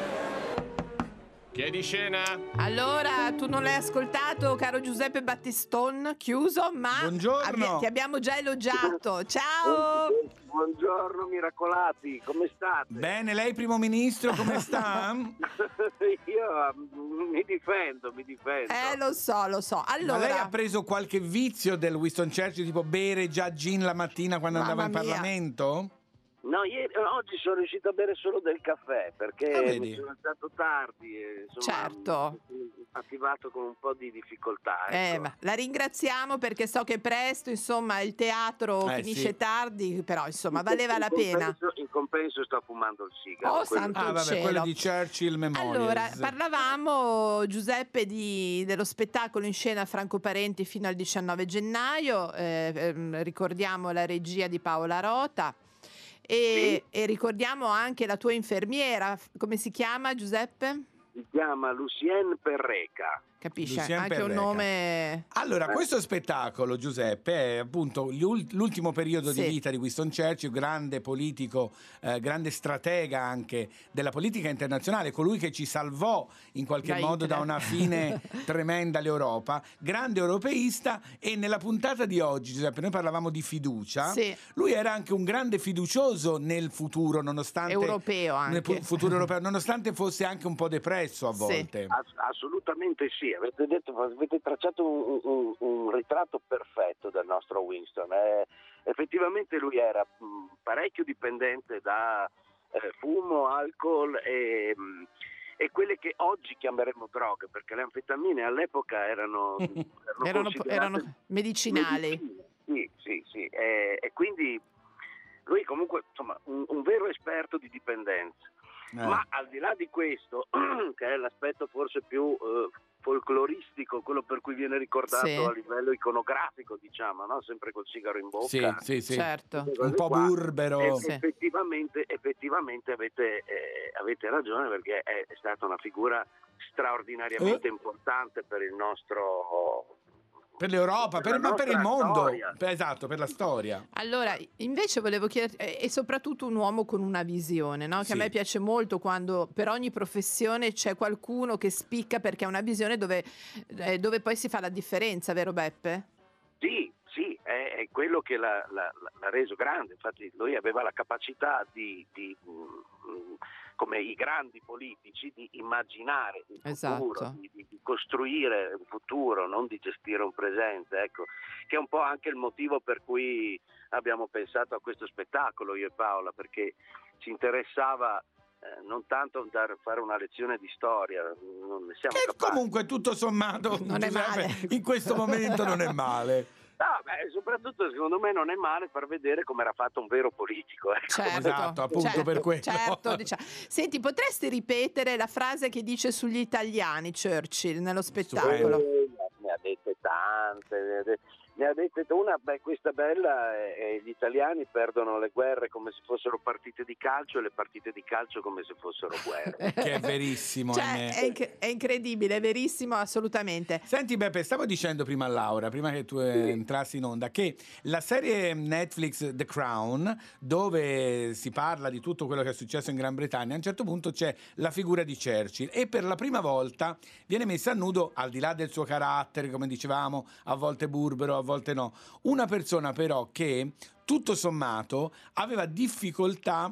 Chiedi scena. Allora, tu non l'hai ascoltato, caro Giuseppe Battiston, chiuso, ma Buongiorno. ti abbiamo già elogiato. Ciao! Buongiorno miracolati, come state? Bene, lei primo ministro come sta? Io mm, mi difendo, mi difendo. Eh, lo so, lo so. Allora, Ma lei ha preso qualche vizio del Winston Churchill, tipo bere già gin la mattina quando Mamma andava in mia. Parlamento? No, ieri, oggi sono riuscito a bere solo del caffè perché Ah, mi vedi? sono alzato tardi e insomma Certo. mi sono attivato con un po' di difficoltà. eh, ecco. ma la ringraziamo perché so che presto, insomma, il teatro Eh, finisce sì. tardi, però insomma In- valeva in la pena. compenso- In compenso sto fumando il sigaro. Oh, quello- santo Ah, vabbè, cielo. quello di Churchill Memorials. Allora, parlavamo, Giuseppe, di- dello spettacolo in scena Franco Parenti fino al diciannove gennaio, eh, ehm, ricordiamo la regia di Paola Rota e, e ricordiamo anche la tua infermiera, f- come si chiama, Giuseppe? Si chiama Lucien Perreca. Capisci? Lucien Anche un Perreca. nome... Allora, questo spettacolo, Giuseppe, è appunto gli ul- l'ultimo periodo Sì. di vita di Winston Churchill, grande politico, eh, grande stratega anche della politica internazionale, colui che ci salvò in qualche Da modo da Hitler. una fine tremenda all'Europa, grande europeista, e nella puntata di oggi, Giuseppe, noi parlavamo di fiducia, Sì. lui era anche un grande fiducioso nel futuro, nonostante... Europeo nel anche. pu- futuro europeo, nonostante fosse anche un po' depresso a Sì. volte. Ass- assolutamente sì, avete, detto, avete tracciato un, un- un ritratto perfetto del nostro Winston. Eh, effettivamente lui era mh, parecchio dipendente da eh, fumo, alcol e, mh, e quelle che oggi chiameremo droghe, perché le anfetamine all'epoca erano, erano, Erano, considerate erano medicinali. medicine. Sì, sì, sì. E, e quindi lui comunque insomma un, un vero esperto di dipendenza. Eh. Ma al di là di questo, che è l'aspetto forse più eh, folcloristico, quello per cui viene ricordato Sì. a livello iconografico, diciamo, no? Sempre col sigaro in bocca. Sì, sì, sì. Certo. queste Un cose po' qua. burbero. E- Sì. Effettivamente, effettivamente avete, eh, avete ragione, perché è, è stata una figura straordinariamente Eh. importante per il nostro... Per l'Europa, per, la ma per il nostra mondo. storia. Per- esatto, per la storia. Allora, invece volevo chiederti, eh, e soprattutto un uomo con una visione, no? Che Sì. a me piace molto quando per ogni professione c'è qualcuno che spicca perché ha una visione dove, eh, dove poi si fa la differenza, vero Beppe? Sì, sì, è, è quello che l'ha, l'ha- l'ha reso grande. Infatti lui aveva la capacità di, di, mm, come i grandi politici, di immaginare il Esatto. futuro, di, di- di costruire un futuro, non di gestire un presente, ecco, che è un po' anche il motivo per cui abbiamo pensato a questo spettacolo io e Paola, perché ci interessava eh, non tanto dar, fare una lezione di storia, non ne siamo Che capaci. comunque tutto sommato Non è Giuseppe, male. in questo momento non è male. No, beh, soprattutto secondo me non è male far vedere come era fatto un vero politico. Ecco. Certo, Esatto, appunto certo, per quello. certo, diciamo. Senti, potresti ripetere la frase che dice sugli italiani Churchill nello spettacolo? Eh, ne ha dette tante, ne ha dette, ne ha dette una, beh, questa bella, è, è gli italiani perdono le guerre come se fossero partite di calcio e le partite di calcio come se fossero guerre. Che è verissimo. Cioè, ahimè. è, inc- è incredibile, è verissimo, assolutamente. Senti Beppe, stavo dicendo prima a Laura, prima che tu eh, entrassi in onda, che la serie Netflix The Crown, dove si parla di tutto quello che è successo in Gran Bretagna, a un certo punto c'è la figura di Churchill e per la prima volta viene messa a nudo, al di là del suo carattere, come dicevamo, a volte burbero, a volte no, una persona però che tutto sommato aveva difficoltà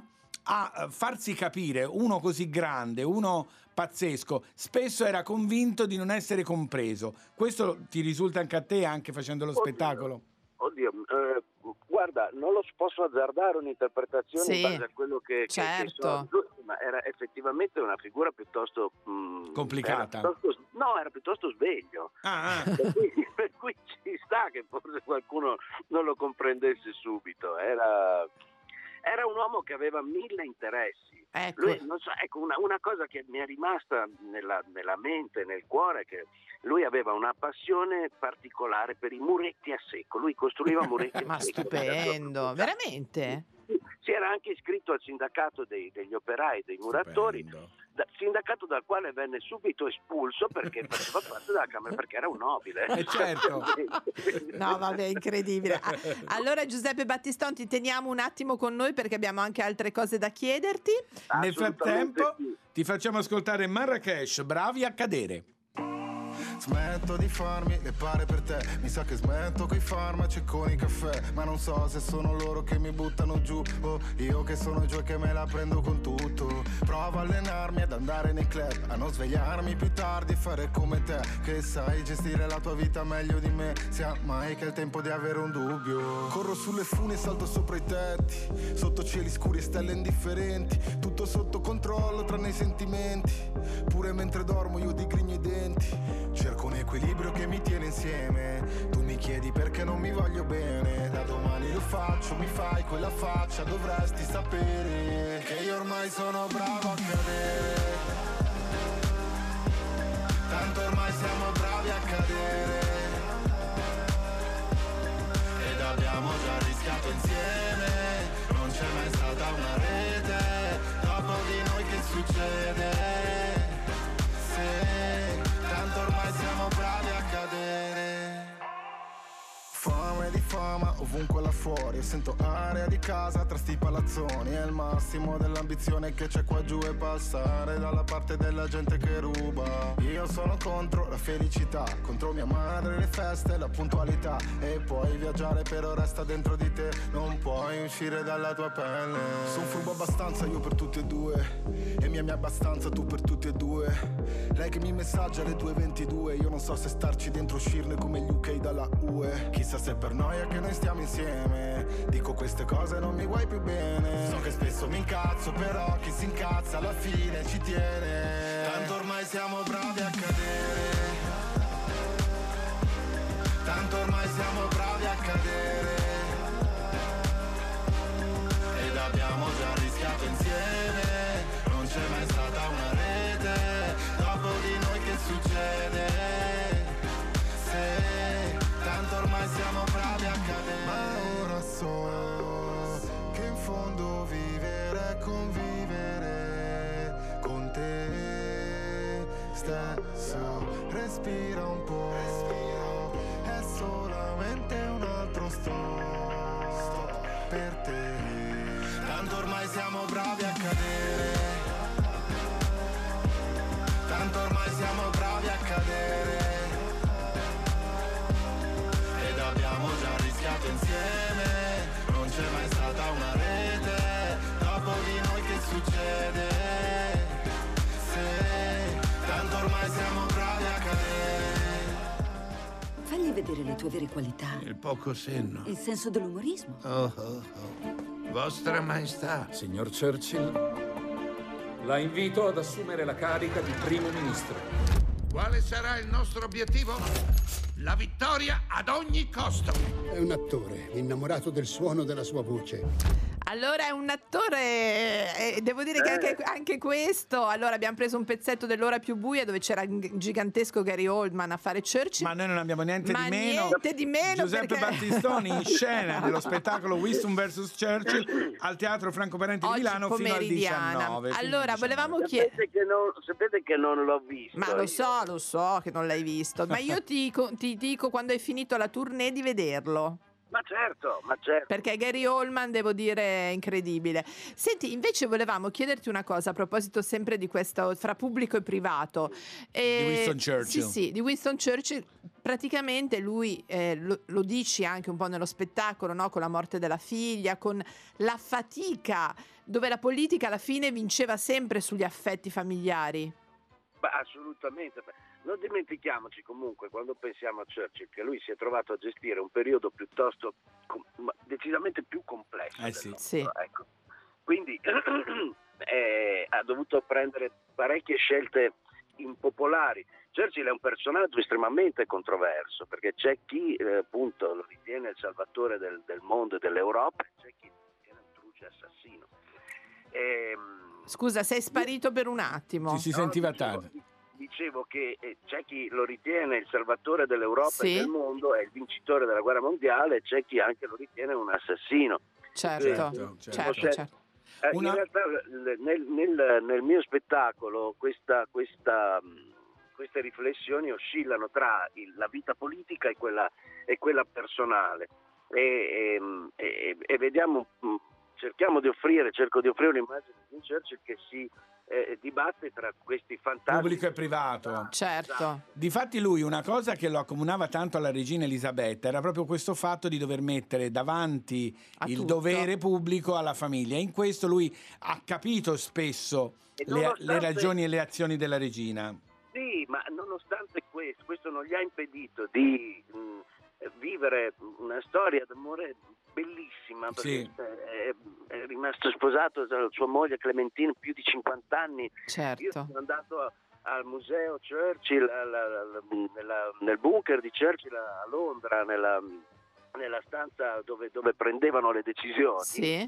a farsi capire, uno così grande, uno pazzesco, spesso era convinto di non essere compreso. Questo ti risulta anche a te, anche facendo lo Oddio. spettacolo? Oddio, eh, guarda, non lo posso azzardare un'interpretazione Sì, in base a quello che, che- che certo. so, ma era effettivamente una figura piuttosto mh, Complicata. era piuttosto- no, era piuttosto sveglio. Ah, ah. Per cui, per cui ci sta che forse qualcuno non lo comprendesse subito. Era, era un uomo che aveva mille interessi. Ecco. Lui, non so, ecco una, una cosa che mi è rimasta nella, nella mente, nel cuore, è che lui aveva una passione particolare per i muretti a secco. Lui costruiva muretti Ma a secco. stupendo, veramente? Si era anche iscritto al sindacato dei- degli operai, dei muratori, da- sindacato dal quale venne subito espulso perché faceva parte della Camera, perché era un nobile. Eh, certo. No, vabbè, incredibile. Ah, allora, Giuseppe Battistoni, ti teniamo un attimo con noi perché abbiamo anche altre cose da chiederti. Nel frattempo ti facciamo ascoltare Marrakesh, Bravi a cadere. Smetto di farmi le pare per te. Mi sa che smetto coi farmaci e con i caffè. Ma non so se sono loro che mi buttano giù o io che sono giù e che me la prendo con tutto. Provo a allenarmi ad andare nei club, a non svegliarmi più tardi e fare come te, che sai gestire la tua vita meglio di me. Sia mai che è il tempo di avere un dubbio. Corro sulle fune e salto sopra i tetti, sotto cieli scuri e stelle indifferenti. Tutto sotto controllo tranne i sentimenti. Pure mentre dormo io digrigno i denti. Cerco un equilibrio che mi tiene insieme. Tu mi chiedi perché non mi voglio bene. Da domani lo faccio, mi fai quella faccia. Dovresti sapere che io ormai sono bravo a cadere. Tanto ormai siamo bravi a cadere. Ed abbiamo già rischiato insieme. Non c'è mai stata una rete. Dopo di noi che succede? Se tanto ormai siamo bravi a cadere. Fame di fama ovunque là fuori. Sento aria di casa tra sti palazzoni. È il massimo dell'ambizione che c'è qua giù. E passare dalla parte della gente che ruba. Io sono contro la felicità, contro mia madre, le feste, la puntualità. E puoi viaggiare però resta dentro di te. Non puoi uscire dalla tua pelle. Sono furbo abbastanza io per tutti e due. E mia mia abbastanza tu per tutti e due. Lei che mi messaggia alle due e ventidue. Io non so se starci dentro, uscirne come gli U K dalla U E. Chissà se per noia che noi stiamo insieme. Dico queste cose non mi vuoi più bene. So che spesso mi incazzo, però chi si incazza alla fine ci tiene. Tanto ormai siamo bravi a cadere. Tanto ormai siamo bravi a cadere. Ed abbiamo già rischiato insieme. Non c'è mai stata una rete. Dopo di noi che succede? Se tanto ormai siamo bravi a cadere. Ma ora so che in fondo vivere è convivere con te stesso. Respira un po'. È solamente un altro stop per te. Tanto ormai siamo bravi a cadere. Tanto ormai siamo bravi a cadere. Ed abbiamo già rischiato insieme. Non c'è mai stata una rete. Dopo di noi che succede? Se tanto ormai siamo bravi a cadere. Fagli vedere le tue vere qualità. Il poco senno. Il senso dell'umorismo. Oh, oh, oh. Vostra Maestà. Signor Churchill, la invito ad assumere la carica di primo ministro. Quale sarà il nostro obiettivo? La vittoria ad ogni costo. È un attore innamorato del suono della sua voce. Allora è un attore, eh, devo dire che anche, anche questo, allora abbiamo preso un pezzetto dell'ora più buia dove c'era il gigantesco Gary Oldman a fare Churchill. Ma noi non abbiamo niente Ma di meno. niente di meno Giuseppe perché- Battistoni in scena nello spettacolo Winston versus Churchill al Teatro Franco Parenti di Oggi Milano fino al pomeridiana. diciannove. fino al Allora, volevamo chiedere... Sapete che, non, sapete che non l'ho visto. Ma lo io. so, lo so che non l'hai visto, ma io ti, co- ti dico quando hai finito la tournée di vederlo. Ma certo, ma certo. Perché Gary Oldman, devo dire, è incredibile. Senti, invece volevamo chiederti una cosa a proposito sempre di questo fra pubblico e privato. Eh, Di Winston Churchill. Sì, sì, di Winston Churchill. Praticamente lui, eh, lo, lo dici anche un po' nello spettacolo, no? Con la morte della figlia, con la fatica, dove la politica alla fine vinceva sempre sugli affetti familiari. Beh, assolutamente. Non dimentichiamoci comunque, quando pensiamo a Churchill, che lui si è trovato a gestire un periodo piuttosto, com- ma decisamente più complesso. Eh del sì. nostro, Sì. ecco. Quindi eh, ha dovuto prendere parecchie scelte impopolari. Churchill è un personaggio estremamente controverso, perché c'è chi eh, appunto lo ritiene il salvatore del, del mondo e dell'Europa, c'è chi lo ritiene un fosse assassino. Ehm, Scusa, sei sparito per un attimo. Ci si No, sentiva dicevo- tardi. Dicevo che eh, c'è chi lo ritiene il salvatore dell'Europa Sì. e del mondo, è il vincitore della guerra mondiale, c'è chi anche lo ritiene un assassino. Certo, Certo, certo, Cioè, certo. eh, Una- In realtà l- nel, nel- nel mio spettacolo questa, questa, mh, queste riflessioni oscillano tra il- la vita politica e quella, e quella personale e, e- e- e vediamo, mh, cerchiamo di offrire, cerco di offrire un'immagine di Churchill che si eh, dibatte tra questi fantasmi. Pubblico e privato. Certo. Difatti lui una cosa che lo accomunava tanto alla regina Elisabetta era proprio questo fatto di dover mettere davanti A il tutto. dovere pubblico alla famiglia. In questo lui ha capito spesso E le, nonostante- le ragioni e le azioni della regina. Sì, ma nonostante questo, questo non gli ha impedito di mh, vivere una storia d'amore bellissima, perché Sì. è, è rimasto sposato da sua moglie Clementine più di cinquanta anni. Io Certo. sono andato a- al museo Churchill, al- al- al- nella- nel bunker di Churchill a Londra, nella, nella stanza dove, dove prendevano le decisioni. Sì. E,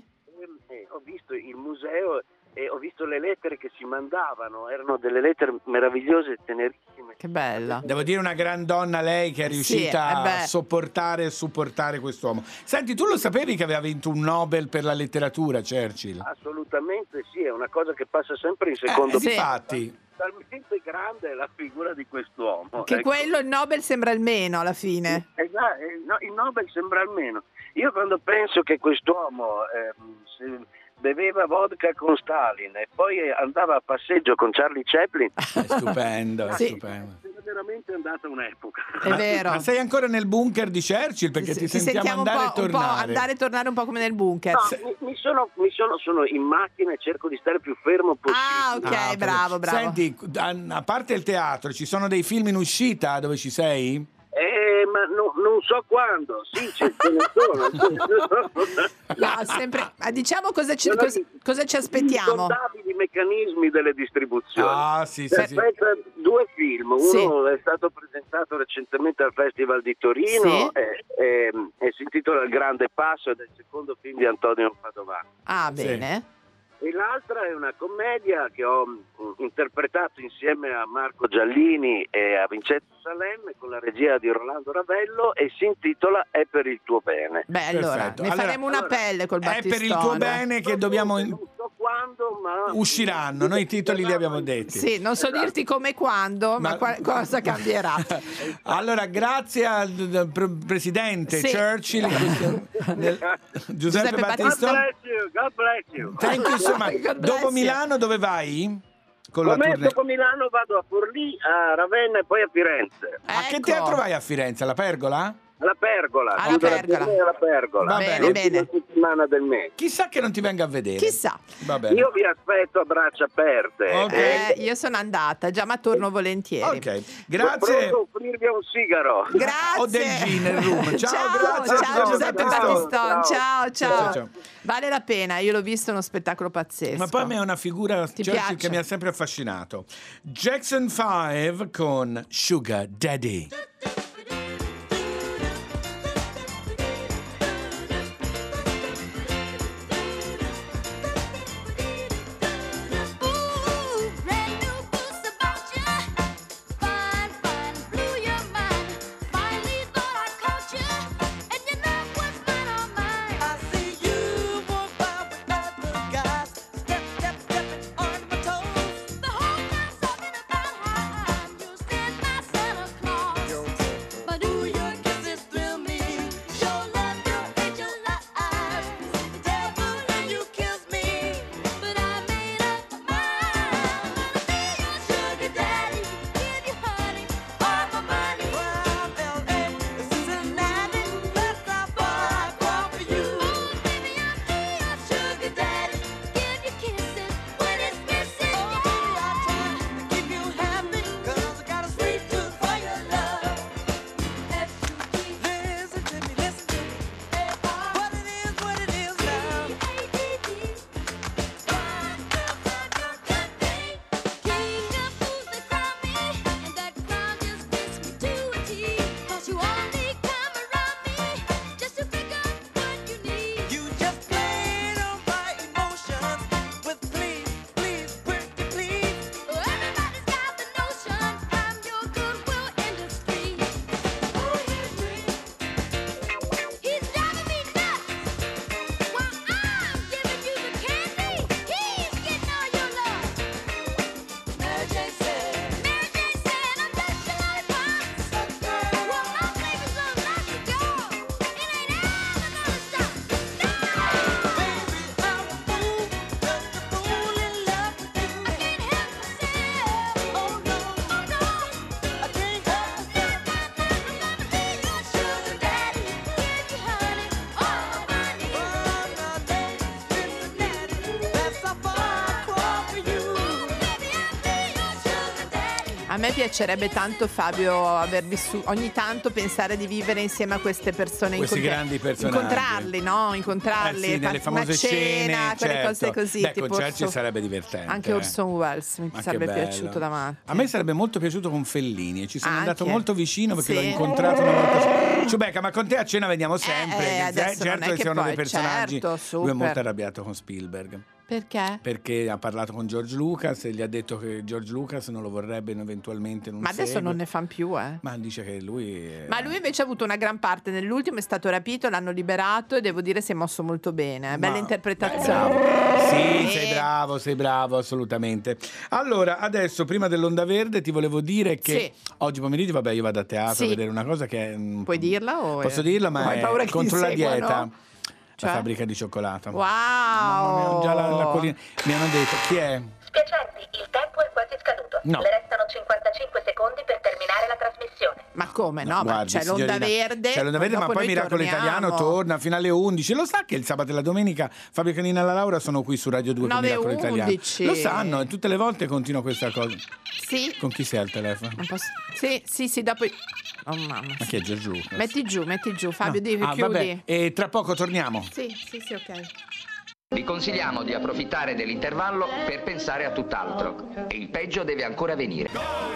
e ho visto il museo e ho visto le lettere che si mandavano, erano delle lettere meravigliose e tenerissime. Che bella. Devo dire una gran donna lei che è riuscita eh beh. a sopportare e supportare quest'uomo. Senti, tu lo sapevi che aveva vinto un Nobel per la letteratura, Churchill? Assolutamente sì, è una cosa che passa sempre in secondo Eh, sì. piano. Infatti. Talmente grande è la figura di quest'uomo. Che ecco. quello il Nobel sembra il meno alla fine. Esatto, eh, no, il Nobel sembra almeno. Io quando penso che quest'uomo ehm, se beveva vodka con Stalin e poi andava a passeggio con Charlie Chaplin, È stupendo, è Sì. stupendo. è veramente andata un'epoca. È vero. Ma sei ancora nel bunker di Churchill? Perché ti, Ti sentiamo, sentiamo un andare po', e un po' tornare. andare e tornare un po' come nel bunker. No, mi, mi sono, mi sono, sono in macchina e cerco di stare più fermo possibile. Ah, ok, Ah, bravo, bravo. Senti, a, a parte il teatro, ci sono dei film in uscita dove ci sei? Eh, ma no- non so quando, sì, ce ce ne sono. No, sempre, ah, diciamo cosa ci, cosa, cosa ci aspettiamo. Incontabili meccanismi delle distribuzioni. Ah, sì, sì, sì. Aspetta, due film, uno Sì. è stato presentato recentemente al Festival di Torino Sì. e, e- e si intitola Il Grande Passo ed è il secondo film di Antonio Padovani. Ah, Sì. bene. E l'altra è una commedia che ho mh, interpretato insieme a Marco Giallini e a Vincenzo Salemme con la regia di Rolando Ravello e si intitola È per il tuo bene. Beh, allora, Perfetto. ne Allora, faremo una allora, pelle col È battistone. per il tuo bene che dobbiamo... in- Non so quando, ma Usciranno, noi i titoli li abbiamo detti. Sì, non so dirti come e quando, ma, Ma- qualcosa cambierà. Allora, grazie al d- pre- presidente Sì. Churchill, questo- nel- Giuseppe Giuseppe God Battistone. bless you, God bless you. Thank you so much. God bless Dopo you. Milano dove vai? Con la Come tournée. dopo Milano vado a Forlì, a Ravenna e poi a Firenze. A che Ecco. teatro vai a Firenze? Alla Pergola? Alla Pergola, Alla chiudo la Pergola. tournée alla Pergola. Va bene, L'ultima bene. settimana del mese. Chissà che non ti venga a vedere. Chissà. Va bene. Io vi aspetto a braccia aperte. Ok. Eh, io sono andata, già ma torno volentieri. Ok, Sono grazie. pronto a offrirvi un sigaro. Grazie. Ho del gin nel room. Ciao, ciao, grazie, ciao Giuseppe Giuseppe Battistone. Battistone. Ciao, ciao. Ciao, ciao. Vale la pena, io l'ho visto, è uno spettacolo pazzesco. Ma poi a me è una figura Churchill piace? che mi ha sempre affascinato. Jackson five con Sugar Daddy. Ooh, brand new boost about ya. Fine, fine, blew your mind. Finally thought I caught ya, and you know what's mine on mine. I see you walk by with other guys, step, step, stepping on my toes. The whole town's talking about how I'm used as my Santa Claus. You're A me piacerebbe tanto, Fabio, aver vissuto ogni tanto pensare di vivere insieme a queste persone, Questi incontra- grandi personaggi. incontrarli, no? Incontrarli, Eh sì, nelle far- una famose cena, scene, quelle certo. cose così. Beh, tipo con Churchill Orson- sarebbe divertente. Anche eh. Orson Welles mi Ma che sarebbe bello. piaciuto da matti. A me sarebbe molto piaciuto con Fellini e ci sono Anche. andato molto vicino perché Sì. l'ho incontrato una volta. Ciubecca, ma con te a cena veniamo sempre. Eh, che adesso certo non è che che siano poi, dei personaggi. certo, Lui è super. molto arrabbiato con Spielberg. Perché? Perché ha parlato con George Lucas e gli ha detto che George Lucas non lo vorrebbe eventualmente in un Ma adesso seguito. non ne fanno più, eh. Ma dice che lui è- Ma lui invece ha avuto una gran parte. Nell'ultimo è stato rapito, l'hanno liberato e devo dire si è mosso molto bene. Bella Ma- interpretazione. Sì, Eh. sei bravo, sei bravo, assolutamente. Allora, adesso, prima dell'Onda Verde, ti volevo dire che Sì. oggi pomeriggio, vabbè, io vado a teatro Sì. a vedere una cosa che è... mm, Puoi dirla o Posso è- dirla, o ma hai paura è che contro ti la seguano? dieta. Cioè? La fabbrica di cioccolato. Wow! Mamma mia, già la, la collina- Mi hanno detto, chi è? Spiacenti, il tempo è quasi scaduto. No. Le restano cinquantacinque secondi per terminare la trasmissione. Ma come? No, ma Guardi, c'è l'Onda signorina, Verde. C'è l'Onda Verde, ma dopo poi noi Miracolo torniamo. Italiano torna fino alle undici. Lo sa che il sabato e la domenica Fabio Canina e la Laura sono qui su Radio due con nove e Miracolo Italiano. undici. Lo sanno e tutte le volte continua questa cosa. Sì. Con chi sei al telefono? Non posso- Sì, sì, sì, dopo. Oh mamma. Ma chi è George Lucas? Metti giù, metti giù, Fabio, devi Ah, chiudi. vabbè, e tra poco torniamo. Sì, sì, sì, ok. Vi consigliamo di approfittare dell'intervallo per pensare a tutt'altro. E il peggio deve ancora venire.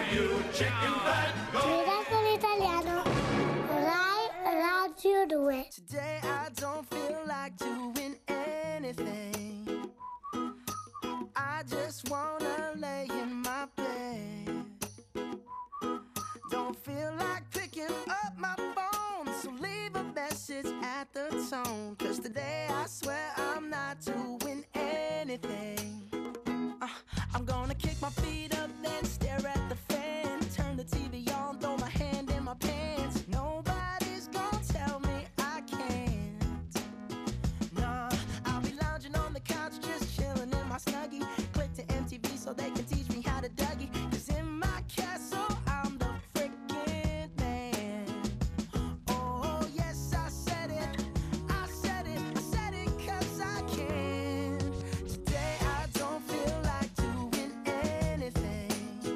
Miracolo Italiano, Rai Radio due. Today I don't feel like doing anything. I just wanna lay in my bed. Don't feel like picking up my phone, so leave a message at the tone. Cause today I swear I'm not doing anything. Uh, I'm gonna kick my feet up, then stare at the fan. Turn the T V on, throw my hand in my pants. Nobody's gonna tell me I can't. Nah, I'll be lounging on the couch, just chilling in my snuggie. Click to M T V so they can teach me how to Dougie. Cause in my castle, I'm the freaking man. Oh, yes, I said it. I said it. I said it cause I can. Today I don't feel like doing anything.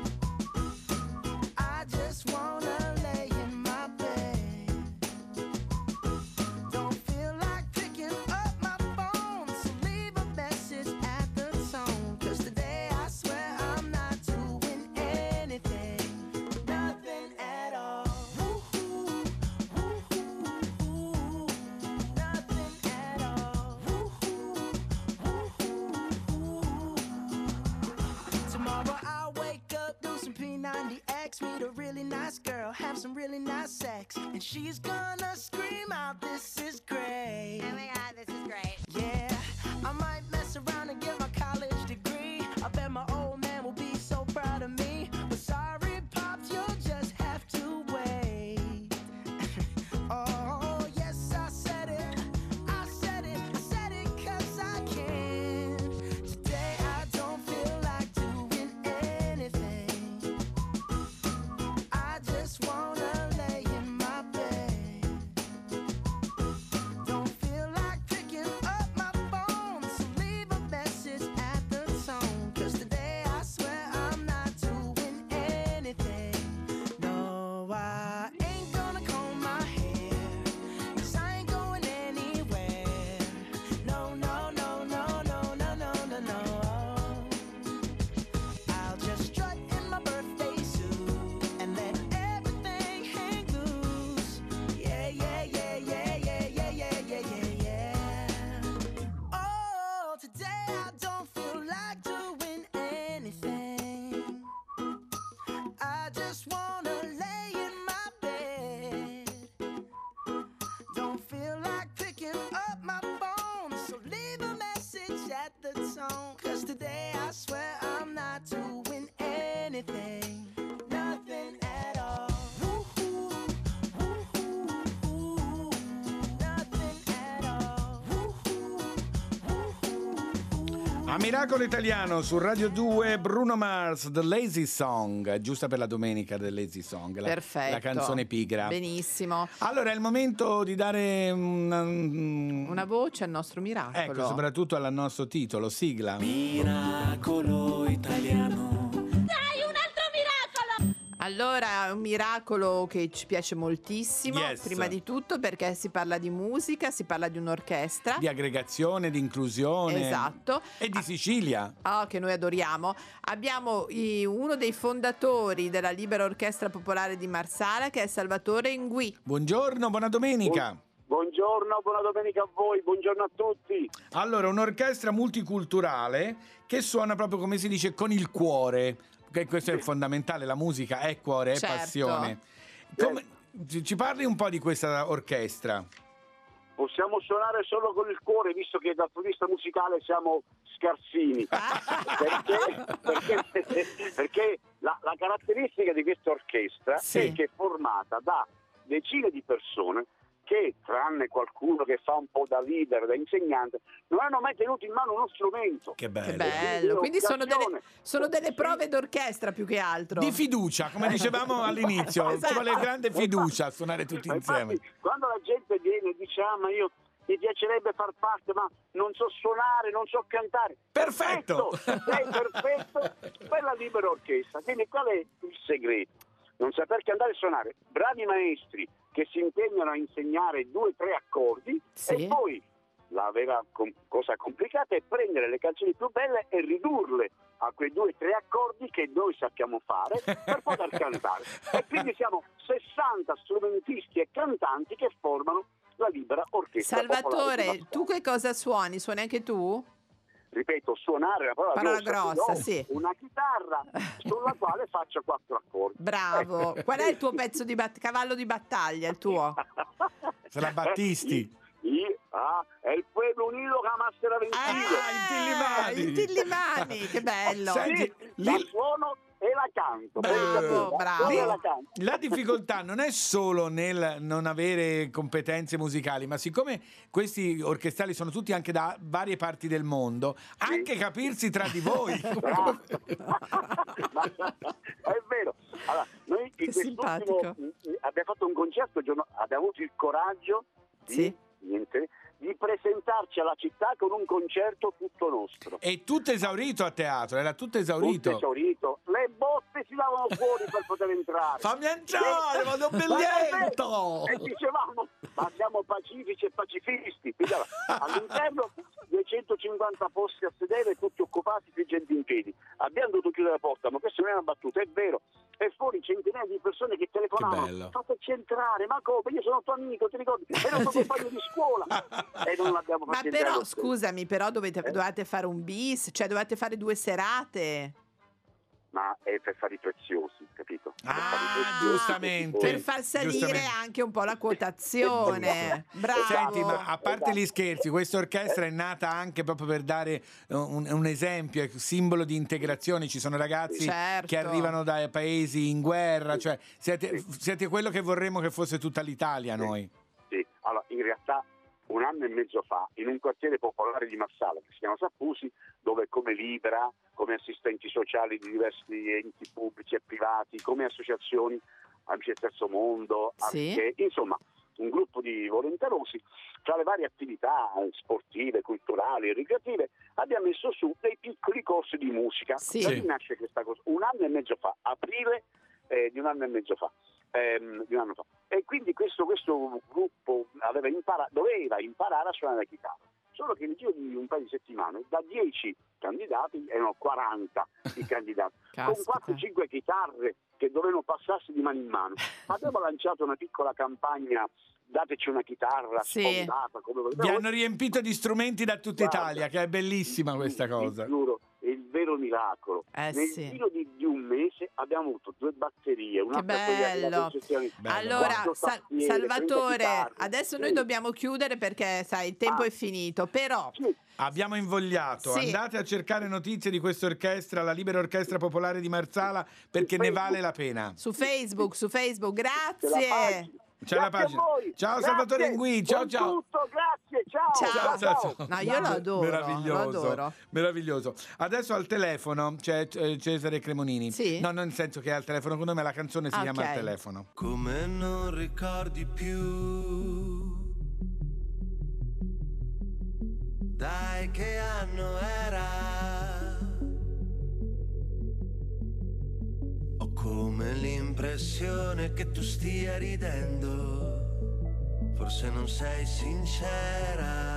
I just wanna lay in my bed. Don't feel like picking up my phone, so leave a message at the tone. Cause today I swear I'm not doing anything. Nothing at all. Woo-hoo, woo-hoo, woo-hoo. Nothing at all. Woo-hoo, woo-hoo, woo-hoo. Tomorrow I'll wake up, do some P ninety X, meet a really nice girl, have some really nice sex, and she's gonna scream out, "This is great." Oh my god, this is great. Yeah, I might mess around and get my college degree. I bet my old man will be so proud of me. But sorry, Pops, you'll just have to wait. Oh, yes, I said it. I said it. I said it cause I can. Today I don't feel like doing anything. I just wanna lay in my bed. Don't feel like picking up my phone, so leave a message at the tone. Cause today I swear I'm not doing anything. No, I ain't gonna comb my hair, cause I ain't going anywhere. No, no, no, no, no, no, no, no, no. I'll just strut in my birthday suit and let everything hang loose. Yeah, yeah, yeah, yeah, yeah, yeah, yeah, yeah, yeah, yeah. Oh, today I don't feel like doing anything. I just wanna lay in my bed. Don't feel like picking up my phone, so leave a message at the tone. Cause today I swear I'm not doing anything. Nothing at all. Woo-hoo, woo-hoo, woo-hoo. Nothing at all. Woo-hoo, woo-hoo. A Miracolo Italiano su Radio due, Bruno Mars, The Lazy Song, giusta per la domenica del Lazy Song, la, Perfetto. la canzone pigra. Benissimo. Allora è il momento di dare una, Una voce al nostro miracolo. ecco, soprattutto al nostro titolo, sigla. Miracolo Italiano. Dai, un altro miracolo! Allora, è un miracolo che ci piace moltissimo, Yes. prima di tutto perché si parla di musica, si parla di un'orchestra. Di aggregazione, di inclusione. Esatto. E di Sicilia. Ah, che noi adoriamo. Abbiamo i- uno dei fondatori della Libera Orchestra Popolare di Marsala, che è Salvatore Ingui. Buongiorno, buona domenica. Buongiorno, buona domenica a voi, buongiorno a tutti. Allora, un'orchestra multiculturale che suona proprio, come si dice, con il cuore. Che questo è fondamentale, la musica è cuore, è Certo. passione. Come- ci- ci parli un po' di questa orchestra? Possiamo suonare solo con il cuore, visto che dal punto di vista musicale siamo scarsini. perché perché, perché la, la caratteristica di questa orchestra Sì. è che è formata da decine di persone che, tranne qualcuno che fa un po' da leader, da insegnante, non hanno mai tenuto in mano uno strumento. Che bello. Che bello, quindi sono delle, sono delle prove d'orchestra più che altro. Di fiducia, come dicevamo all'inizio. Esatto. Ci vuole grande fiducia a suonare tutti Ma insieme. infatti, quando la gente viene e dice ah ma io mi piacerebbe far parte ma non so suonare, non so cantare, Perfetto! sei perfetto per la Libera Orchestra. Quindi qual è il segreto? Non saper cantare e suonare, bravi maestri che si impegnano a insegnare due o tre accordi Sì. e poi la vera com- cosa complicata è prendere le canzoni più belle e ridurle a quei due o tre accordi che noi sappiamo fare per poter cantare. E quindi siamo sessanta strumentisti e cantanti che formano la Libera Orchestra Popolare di Salvatore, Marsala. tu che cosa suoni? Suoni anche tu? Ripeto, suonare la parola, Parola grossa, grossa, ho sì. una chitarra sulla quale faccio quattro accordi. Bravo. Qual è il tuo pezzo di bat- cavallo di battaglia, il tuo? Sarà Battisti. I- ah, è il pueblo unido che amassera vencido. Ah, il Tillimani. Il Tillimani, che bello. Senti, La lì- suono e la canto. Bravo, La bravo. suono e la canto. La difficoltà non è solo nel non avere competenze musicali, ma siccome questi orchestrali sono tutti anche da varie parti del mondo, anche capirsi tra di voi. Ah. È vero. Allora, noi in Che quest'ultimo simpatico. mh, abbiamo fatto un concerto, il giorno- abbiamo avuto il coraggio di, Sì. niente, di presentarci alla città con un concerto tutto nostro. È tutto esaurito a teatro, era tutto esaurito. Tutto esaurito. Le botte si davano fuori per poter entrare. Fammi entrare, vado un Ma è biglietto! vero. E dicevamo, ma siamo pacifici e pacifisti. Quindi, allora, all'interno duecentocinquanta posti a sedere, tutti occupati, più gente in piedi. Abbiamo dovuto chiudere la porta, ma questa non è una battuta, è vero. E fuori centinaia di persone che Che bello. telefonavano, fateci entrare, ma come? Io sono tuo amico, ti ricordi? Ero tuo compagno di scuola. E non l'abbiamo Ma fatto però, entrare. scusami, però dovete, dovete fare un bis, cioè dovete fare due serate. Ma è per fare i preziosi, capito? Per fare i Ah, preziosi. giustamente. Per far salire Giustamente. anche un po' la quotazione. Bravo. Senti, ma a parte Esatto. gli scherzi, questa orchestra è nata anche proprio per dare un, un esempio, è simbolo di integrazione. Ci sono ragazzi Certo. che arrivano dai paesi in guerra, cioè siete, siete quello che vorremmo che fosse tutta l'Italia noi. Sì, allora in realtà un anno e mezzo fa in un quartiere popolare di Marsala che si chiama Sappusi, dove come Libera, come assistenti sociali di diversi enti pubblici e privati, come associazioni, Amici del Terzo Mondo, Sì. anche, insomma un gruppo di volenterosi, tra le varie attività sportive, culturali e ricreative, abbiamo messo su dei piccoli corsi di musica. Sì. Da Sì. lì nasce questa cosa, un anno e mezzo fa, aprile eh, di un anno e mezzo fa. ehm, di un anno fa. E quindi questo, questo gruppo aveva impara- doveva imparare a suonare la chitarra. Solo che nel giro di un paio di settimane, da dieci candidati erano quaranta i candidati, con Caspita. quattro cinque chitarre che dovevano passarsi di mano in mano. Abbiamo lanciato una piccola campagna, dateci una chitarra Sì. sfondata, come volete Vi voi. hanno riempito di strumenti da tutta Guarda, Italia, che è bellissima questa vi cosa. giuro, è il vero miracolo. Eh, Nel sì. giro di, di un mese abbiamo avuto due batterie, una Che bello. Bello. Allora, quattro Sal- tastiere, trenta Salvatore, chitarre. adesso Sì. noi dobbiamo chiudere perché, sai, il tempo Ah. è finito, però Sì. Abbiamo invogliato, Sì. andate a cercare notizie di questa orchestra, la Libera Orchestra Popolare di Marsala, perché ne vale la pena. su Facebook, su Facebook, C'è la grazie. pagina. C'è la Grazie pagina. a voi. Ciao Grazie. Salvatore Ingui, ciao Buon ciao. tutto, grazie, ciao. Ciao. Ciao, ciao, ciao. No, io lo adoro, Meraviglioso, lo adoro. meraviglioso. Adesso al telefono c'è eh, Cesare Cremonini. Sì? No, nel senso che è al telefono con noi, ma la canzone si Ah, chiama ok. Al telefono. Come non ricordi più. Dai, che anno era? Ho come l'impressione che tu stia ridendo, forse non sei sincera.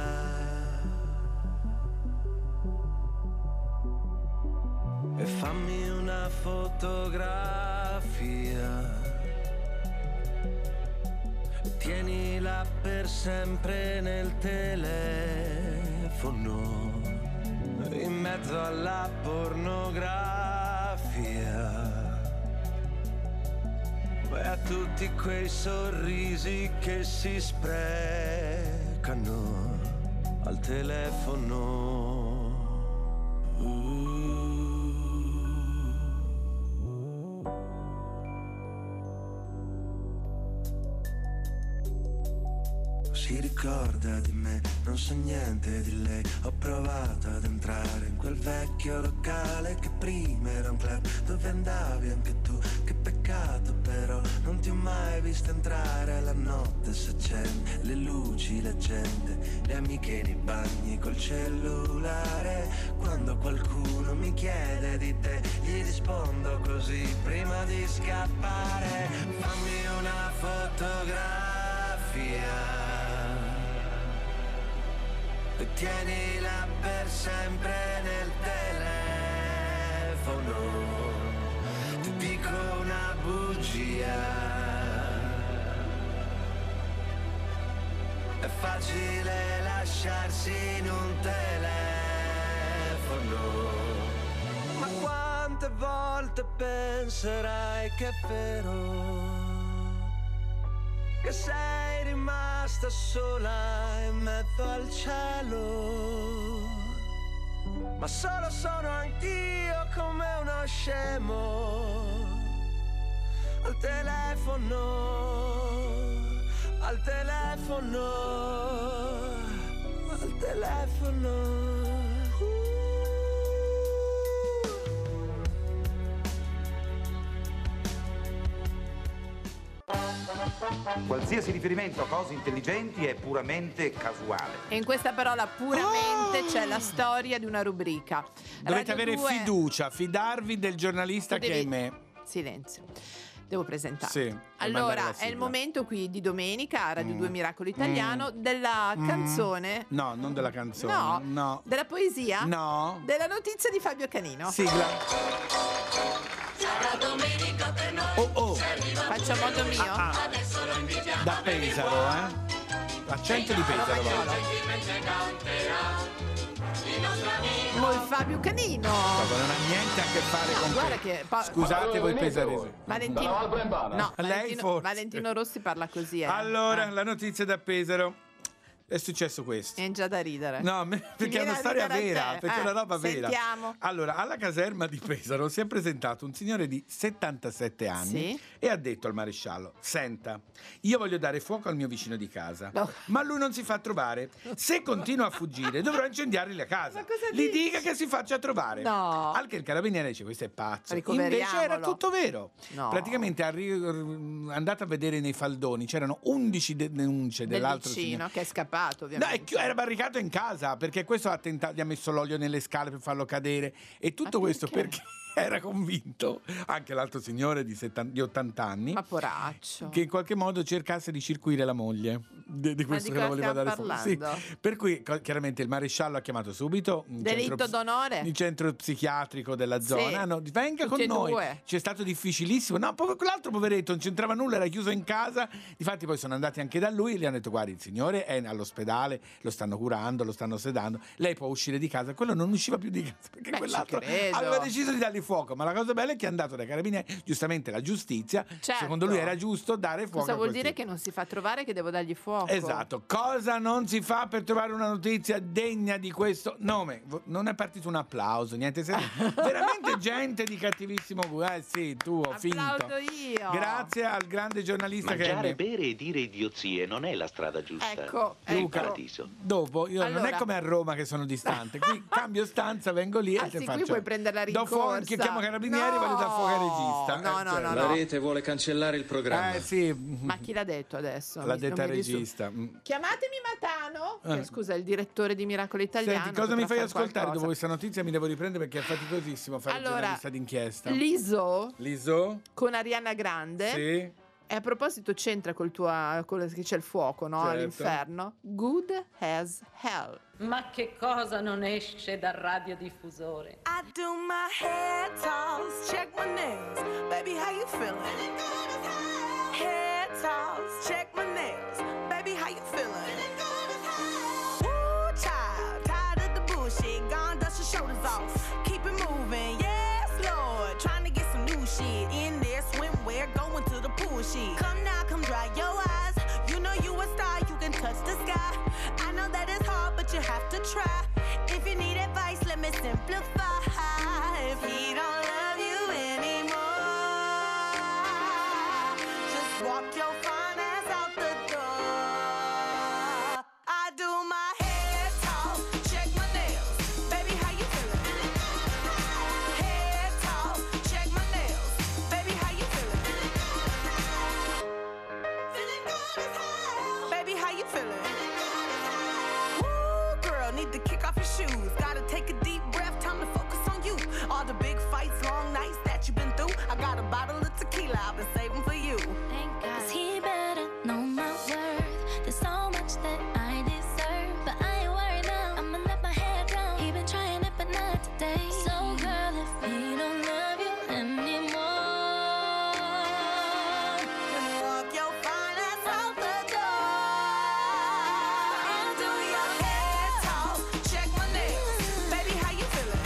E fammi una fotografia, tienila per sempre nel telefono, in mezzo alla pornografia, e a tutti quei sorrisi che si sprecano al telefono. Si ricorda di me, non so niente di lei. Ho provato ad entrare in quel vecchio locale che prima era un club dove andavi anche tu. Che peccato però, non ti ho mai visto entrare. La notte s'accende, le luci, la gente, le amiche nei bagni col cellulare. Quando qualcuno mi chiede di te, gli rispondo così prima di scappare. Fammi una fotografia e tienila per sempre nel telefono. Ti dico una bugia, è facile lasciarsi in un telefono, ma quante volte penserai che è vero, che sei rimasta sola in mezzo al cielo. Ma solo sono anch'io come uno scemo al telefono, al telefono, al telefono. Qualsiasi riferimento a cose intelligenti è puramente casuale. E in questa parola puramente c'è la storia di una rubrica. Dovete Radio avere due fiducia, fidarvi del giornalista Tu che devi- è me. Silenzio. Devo presentare. Sì, puoi mandare Allora, la è sigla. il momento qui di domenica a Radio Mm. due Miracolo Italiano della Mm. canzone, No, non della canzone. No. No. della poesia, No. della notizia di Fabio Canino. Sigla. Oh oh. Faccio a modo mio. Ah, ah. Da Pesaro, eh? L'accento di Pesaro, guarda. Noi Fabio Canino. Proprio non ha niente a che fare con Guarda te. che pa- Scusate voi pesaresi. Valentino, no, Lei Valentino, forse. Valentino Rossi parla così. Eh. Allora, Eh. la notizia da Pesaro. È successo questo. È già da ridere. No, me- perché è viene una a storia ridere a vera, te. perché è Eh, una roba vera. sentiamo. Allora, alla caserma di Pesaro si è presentato un signore di settantasette anni Sì. e ha detto al maresciallo: senta, io voglio dare fuoco al mio vicino di casa, No. ma lui non si fa trovare. Se continua a fuggire dovrò incendiargli la casa. Gli dica che si faccia trovare. No. Al che il carabiniere dice: questo è pazzo. Ricoveriamolo. Invece era tutto vero. No. Praticamente arri- andate a vedere nei faldoni, c'erano undici de- denunce Del dell'altro vicino signore. che è scappato, No, ovviamente. è chi- era barricato in casa perché questo ha tentato, gli ha messo l'olio nelle scale per farlo cadere e tutto questo perché era convinto, anche l'altro signore di, settanta di ottanta anni, Ma poraccio. che in qualche modo cercasse di circuire la moglie di, di questo di che la cosa voleva dare stiamo fuoco. Sì. parlando? Per cui co- chiaramente il maresciallo ha chiamato subito il Delitto centro, d'onore? il centro psichiatrico della zona. No, venga Tutti e con noi. due. C'è stato difficilissimo. No, poi quell'altro poveretto non c'entrava nulla, era chiuso in casa. Difatti poi sono andati anche da lui e gli hanno detto: guardi, il signore è all'ospedale, lo stanno curando, lo stanno sedando, lei può uscire di casa. Quello non usciva più di casa perché Beh, quell'altro ci credo. aveva deciso di dargli fuoco. Ma la cosa bella è che è andato dai carabinieri, giustamente la giustizia, Certo. secondo lui era giusto dare fuoco. Cosa a vuol quel dire tipo. che non si fa trovare, che devo dargli fuoco? Esatto, cosa non si fa per trovare una notizia degna di questo nome? V- Non è partito un applauso, niente, sei veramente gente di cattivissimo gusto. Eh sì, tu ho finto. Applaudo io. Grazie al grande giornalista che è Mangiare, me. bere e dire idiozie non è la strada giusta. Ecco, Lo Luca. paradiso. Dopo, io non è Allora. come a Roma che sono distante. Qui cambio stanza, vengo lì Ah, e te sì, faccio. qui puoi prendere la Do fuoco, rincorsa. chiamo carabinieri e vado da fuoco al regista. No, Eh, no, cioè, no, La no. rete vuole cancellare il programma. Eh sì, Ma chi l'ha detto adesso? l'ha Mi- detta non mi risu- regista. Mm. Chiamatemi Matano, che Eh. scusa, è il direttore di Miracolo Italiano. Senti, cosa mi potrà fai far ascoltare qualcosa. dopo questa notizia? Mi devo riprendere perché è faticosissimo fare il Allora, giornalista d'inchiesta. L'Iso L'Iso? con Ariana Grande. Sì. E a proposito c'entra col tuo con che c'è il fuoco, no? Certo. All'inferno. Good as hell. Ma che cosa non esce dal radiodiffusore? I do my hair toss, check my nails. Baby, how you feeling? Hair toss, check my nails. Baby, how you feeling? Woo, child, tired of the bullshit. Gone, dust your shoulders off. Keep it moving, yes, Lord. Trying to get some new shit in there. Swimwear, going to the pool shit. Come now, come dry your eyes. You know you a star, you can touch the sky. I know that it's hard, but you have to try. If you need advice, let me simplify. If he don't love you anymore, just walk your fine ass out the door. I do my hair talk, check my nails. Baby, how you feeling? Hair talk, check my nails. Baby, how you feeling? Feeling good as hell. Baby, how you feeling? Woo, girl, need to kick off your shoes. Gotta take a deep breath, time to focus on you. All the big fights, long nights that you've been through. I got a bottle of tequila I've been saving for you. Cause he better know my worth. There's so much that I deserve, but I ain't worried now. I'ma let my head down. He been trying it, but not today. So girl, if he don't love you anymore, Then walk your fine ass out the door. And do your hair talk, check my nails. Baby, how you feeling?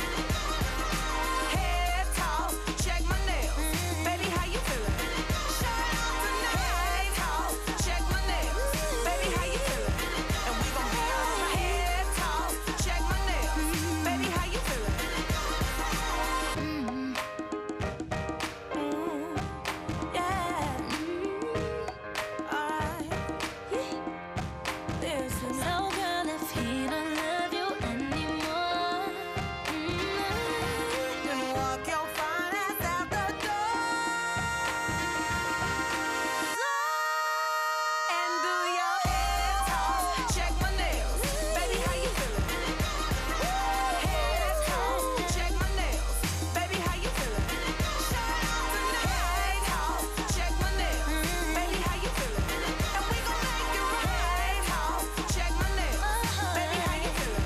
Hair talk, check my nails. Baby, how you feeling? Shout out tonight. Hair talk, check my nails. Baby, how you feeling? And we gon' be on hair talk, check my nails. Baby, how you feeling? Mm, yeah. Alright. Listen. so girl, if he don't love you anymore, Then walk your fine ass out the door. And do your hair talk, check my nails. Baby, how you feeling? Hair talk, check my nails. Baby, how you feeling? Shout out tonight. Hair talk, check my nails. Baby, how you feeling? And we gon' make it right. Talk, check my nails. Baby, how you feeling?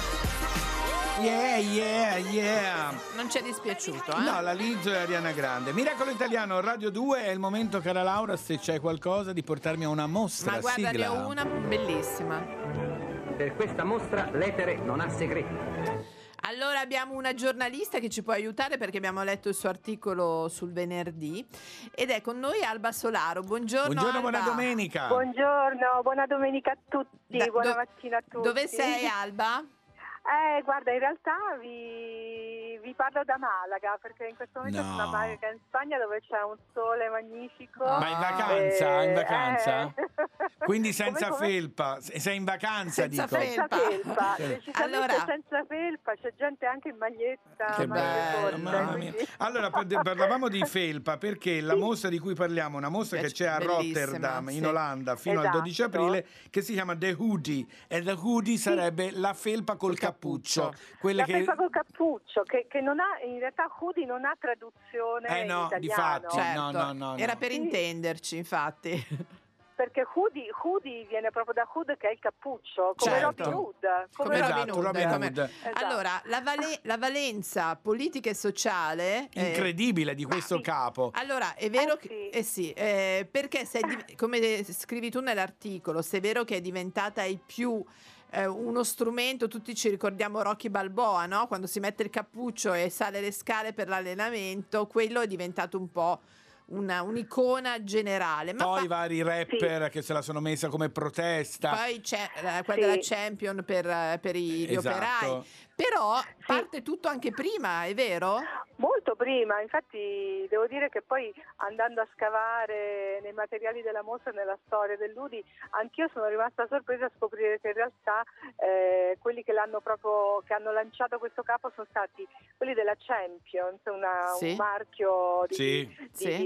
Yeah, yeah, yeah. Non ci è dispiaciuto, eh? No, la Lizzo e Ariana Grande. Miracolo Italiano, Radio due, è il momento, cara Laura, se c'è qualcosa, di portarmi a una mostra. Ma guarda, sigla. ne ho una bellissima. Per questa mostra l'etere non ha segreti. Allora abbiamo una giornalista che ci può aiutare perché abbiamo letto il suo articolo sul venerdì ed è con noi Alba Solaro. Buongiorno. Buongiorno, Alba. buona domenica. Buongiorno, buona domenica a tutti, Da- buona do- mattina a tutti. Dove sei, Alba? Eh, guarda, in realtà vi, vi parlo da Malaga, perché in questo momento No. sono a Malaga, in Spagna, dove c'è un sole magnifico. Ma in vacanza? Eh, In vacanza? eh. Quindi senza Come- come- felpa. Sei in vacanza, Senza dico. Senza felpa, decisamente Allora- senza felpa, c'è gente anche in maglietta. Che maglie bello, corte, mamma mia. quindi- Allora, par- parlavamo di felpa perché la mostra di cui parliamo, una mostra che c'è a Bellissima, Rotterdam, in sì. Olanda, fino al Esatto. dodici aprile, che si chiama The Hoodie. E The Hoodie sarebbe la felpa col cappuccio. Quelle La che... felpa col cappuccio, che, che non ha, in realtà hoodie non ha traduzione Eh no, in di italiano. fatti, no, Certo, no, no, era no. per intenderci, infatti. Perché hoodie, hoodie viene proprio da hood, che è il cappuccio, come Certo. Robin Hood. Come Esatto, Robin Hood, Robin come- Hood. Esatto. Allora, la, vale- la valenza politica e sociale eh, Incredibile di questo capo. Allora, è vero Eh che sì. eh sì, eh, perché se è div- come scrivi tu nell'articolo, se è vero che è diventata il più eh, uno strumento, tutti ci ricordiamo Rocky Balboa, no? Quando si mette il cappuccio e sale le scale per l'allenamento, quello è diventato un po' una, un'icona generale. Ma Poi pa- i vari rapper che se la sono messa come protesta. poi c'è eh, quella Sì. della Champion per, eh, per i- gli Esatto. operai. Però parte tutto anche prima, è vero? Molto prima, infatti devo dire che poi andando a scavare nei materiali della mostra e nella storia dell'U D I, anch'io sono rimasta sorpresa a scoprire che in realtà eh, quelli che l'hanno proprio che hanno lanciato questo capo sono stati quelli della Champions, una, Sì. un marchio di, Sì. di, Sì.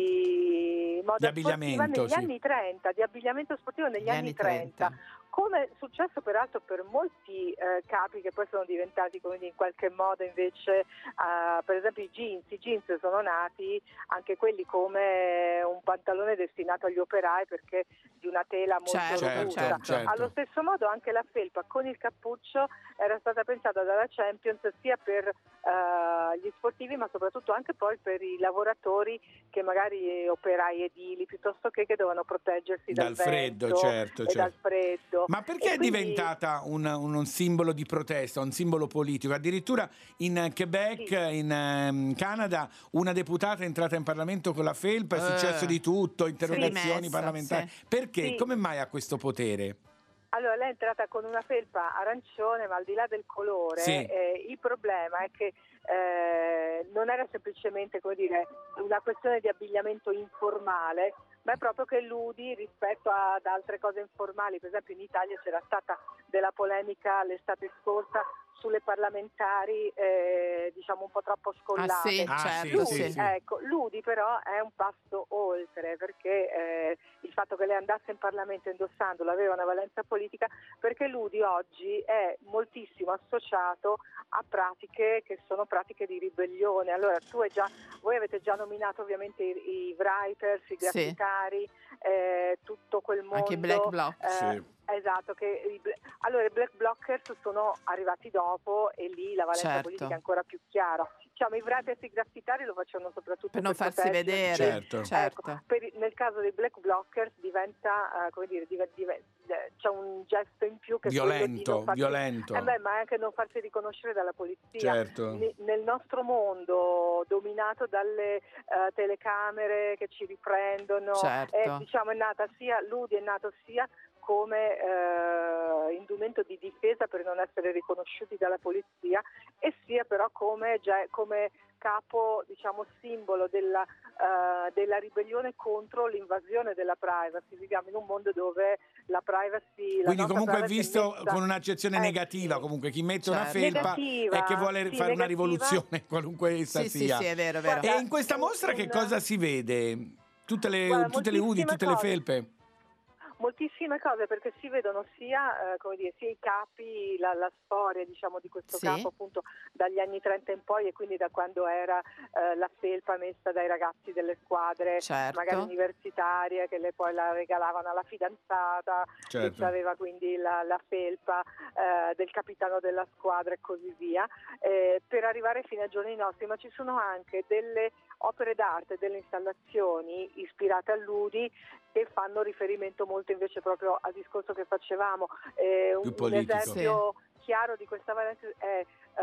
di moda Di abbigliamento, sportiva negli sì. anni trenta, di abbigliamento sportivo negli Gli anni anni trenta. Come è successo peraltro per molti eh, capi che poi sono diventati come dire, in qualche modo invece, uh, per esempio i jeans, i jeans sono nati anche quelli come un pantalone destinato agli operai perché di una tela molto Certo, robusta. certo, certo. Allo stesso modo anche la felpa con il cappuccio era stata pensata dalla Champions sia per uh, gli sportivi ma soprattutto anche poi per i lavoratori che magari operai edili piuttosto che che dovevano proteggersi dal, Dal freddo, vento certo, e certo. dal freddo. Ma perché E è quindi- diventata un, un- un simbolo di protesta, un simbolo politico? Addirittura in Quebec, in ehm, Canada, una deputata è entrata in Parlamento con la felpa, è Eh. successo di tutto, interrogazioni Sì. parlamentari. Sì. Perché? Sì. Come mai ha questo potere? Allora, lei è entrata con una felpa arancione, ma al di là del colore, Sì. eh, il problema è che eh, non era semplicemente, come dire, una questione di abbigliamento informale, ma è proprio che l'U D I rispetto ad altre cose informali, per esempio in Italia c'era stata della polemica l'estate scorsa sulle parlamentari eh, diciamo un po' troppo scollate. Ah, sì, Ah, certo, sì, L'U D I, sì, sì. ecco, l'U D I però è un passo oltre perché eh, il fatto che lei andasse in Parlamento indossandolo aveva una valenza politica perché l'U D I oggi è moltissimo associato a pratiche che sono pratiche di ribellione. Allora tu hai già, voi avete già nominato ovviamente i, i writers, i graffitari, eh, tutto quel mondo. Anche i black bloc. eh, Sì. Esatto, che i bla- allora i black blockers sono arrivati dopo e lì la valenza Certo. politica è ancora più chiara. Diciamo, i writers e i graffitari lo facevano soprattutto Per non per farsi proteggersi. vedere. Certo. Certo. Ecco, per i- nel caso dei black blockers diventa, eh, come dire, dive- dive- eh, c'è un gesto in più che è quello di Violento, non farsi, violento. eh beh, ma è anche non farsi riconoscere dalla polizia. Certo. Ne- nel nostro mondo dominato dalle eh, telecamere che ci riprendono, Certo. è, diciamo, è nata sia l'U D I è nato sia come eh, indumento di difesa per non essere riconosciuti dalla polizia e sia però come, già- come capo, diciamo, simbolo della, eh, della ribellione contro l'invasione della privacy. Viviamo in un mondo dove la privacy la Quindi nostra comunque è privacy visto messa- con un'accezione eh, negativa, comunque chi mette una Certo. felpa Negativa, è che vuole sì, fare una negativa. rivoluzione, qualunque essa Sì, sì, sia. sì, è vero, è vero. E in questa un- mostra che un- cosa si vede? Tutte le, Guarda, tutte le U D I, moltissime tutte le cose. felpe? Moltissime cose perché si vedono sia, eh, come dire, sia i capi, la, la storia diciamo di questo Sì. capo appunto dagli anni trenta in poi e quindi da quando era eh, la felpa messa dai ragazzi delle squadre Certo. magari universitarie che le poi la regalavano alla fidanzata, Certo. che aveva quindi la, la felpa eh, del capitano della squadra e così via, eh, per arrivare fino ai giorni nostri, ma ci sono anche delle opere d'arte, delle installazioni ispirate all'U D I che fanno riferimento molto invece proprio al discorso che facevamo. Eh, un, Più un politico. esempio chiaro di questa valenza è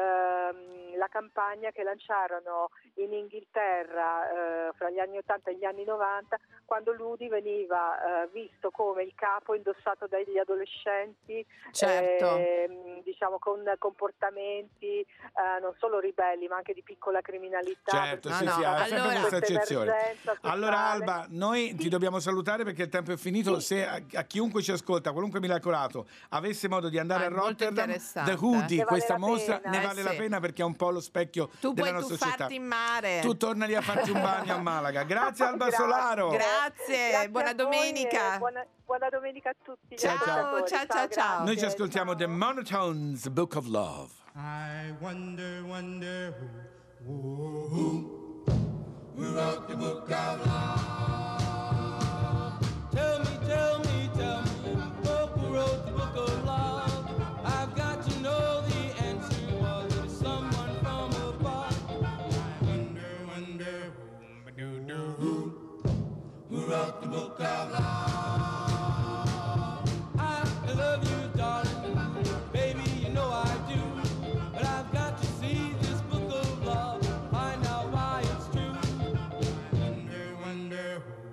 ehm, la campagna che lanciarono in Inghilterra eh, fra gli anni ottanta e gli anni novanta, quando l'U D I veniva eh, visto come il capo indossato dagli adolescenti, Certo. ehm, diciamo con comportamenti eh, non solo ribelli ma anche di piccola criminalità. Certo, perché sì, no, sì, no, ha sempre allora- questa accezione. emergenza sociale. Allora Alba, noi ti dobbiamo salutare perché il tempo è finito. Se a, a chiunque ci ascolta, qualunque miracolato, avesse modo di andare Ah, a è molto Rotterdam, interessante. The Hoodie, Ne vale questa la mostra pena. ne Eh, vale sì. la pena perché è un po' lo specchio Tu della puoi nostra società. tuffarti in mare. Tu torna lì a farti un bagno a Malaga. Grazie Alba Grazie. Solaro. Grazie, Grazie buona a voi domenica. e Buona, buona domenica a tutti. gli Ciao, ciao. ascoltatori. Ciao, ciao, ciao. Noi ci grazie. ascoltiamo The Monotones, Book of Love. I wonder, wonder who, who, who, who wrote the book of love? Tell me, tell me, tell me, who wrote the book of love? I've got to know the answer. Was it someone from above? I wonder, wonder who, do, do, who, who wrote the book of love? I love you, darling, baby, you know I do. But I've got to see this book of love, find out why it's true. I wonder, wonder who.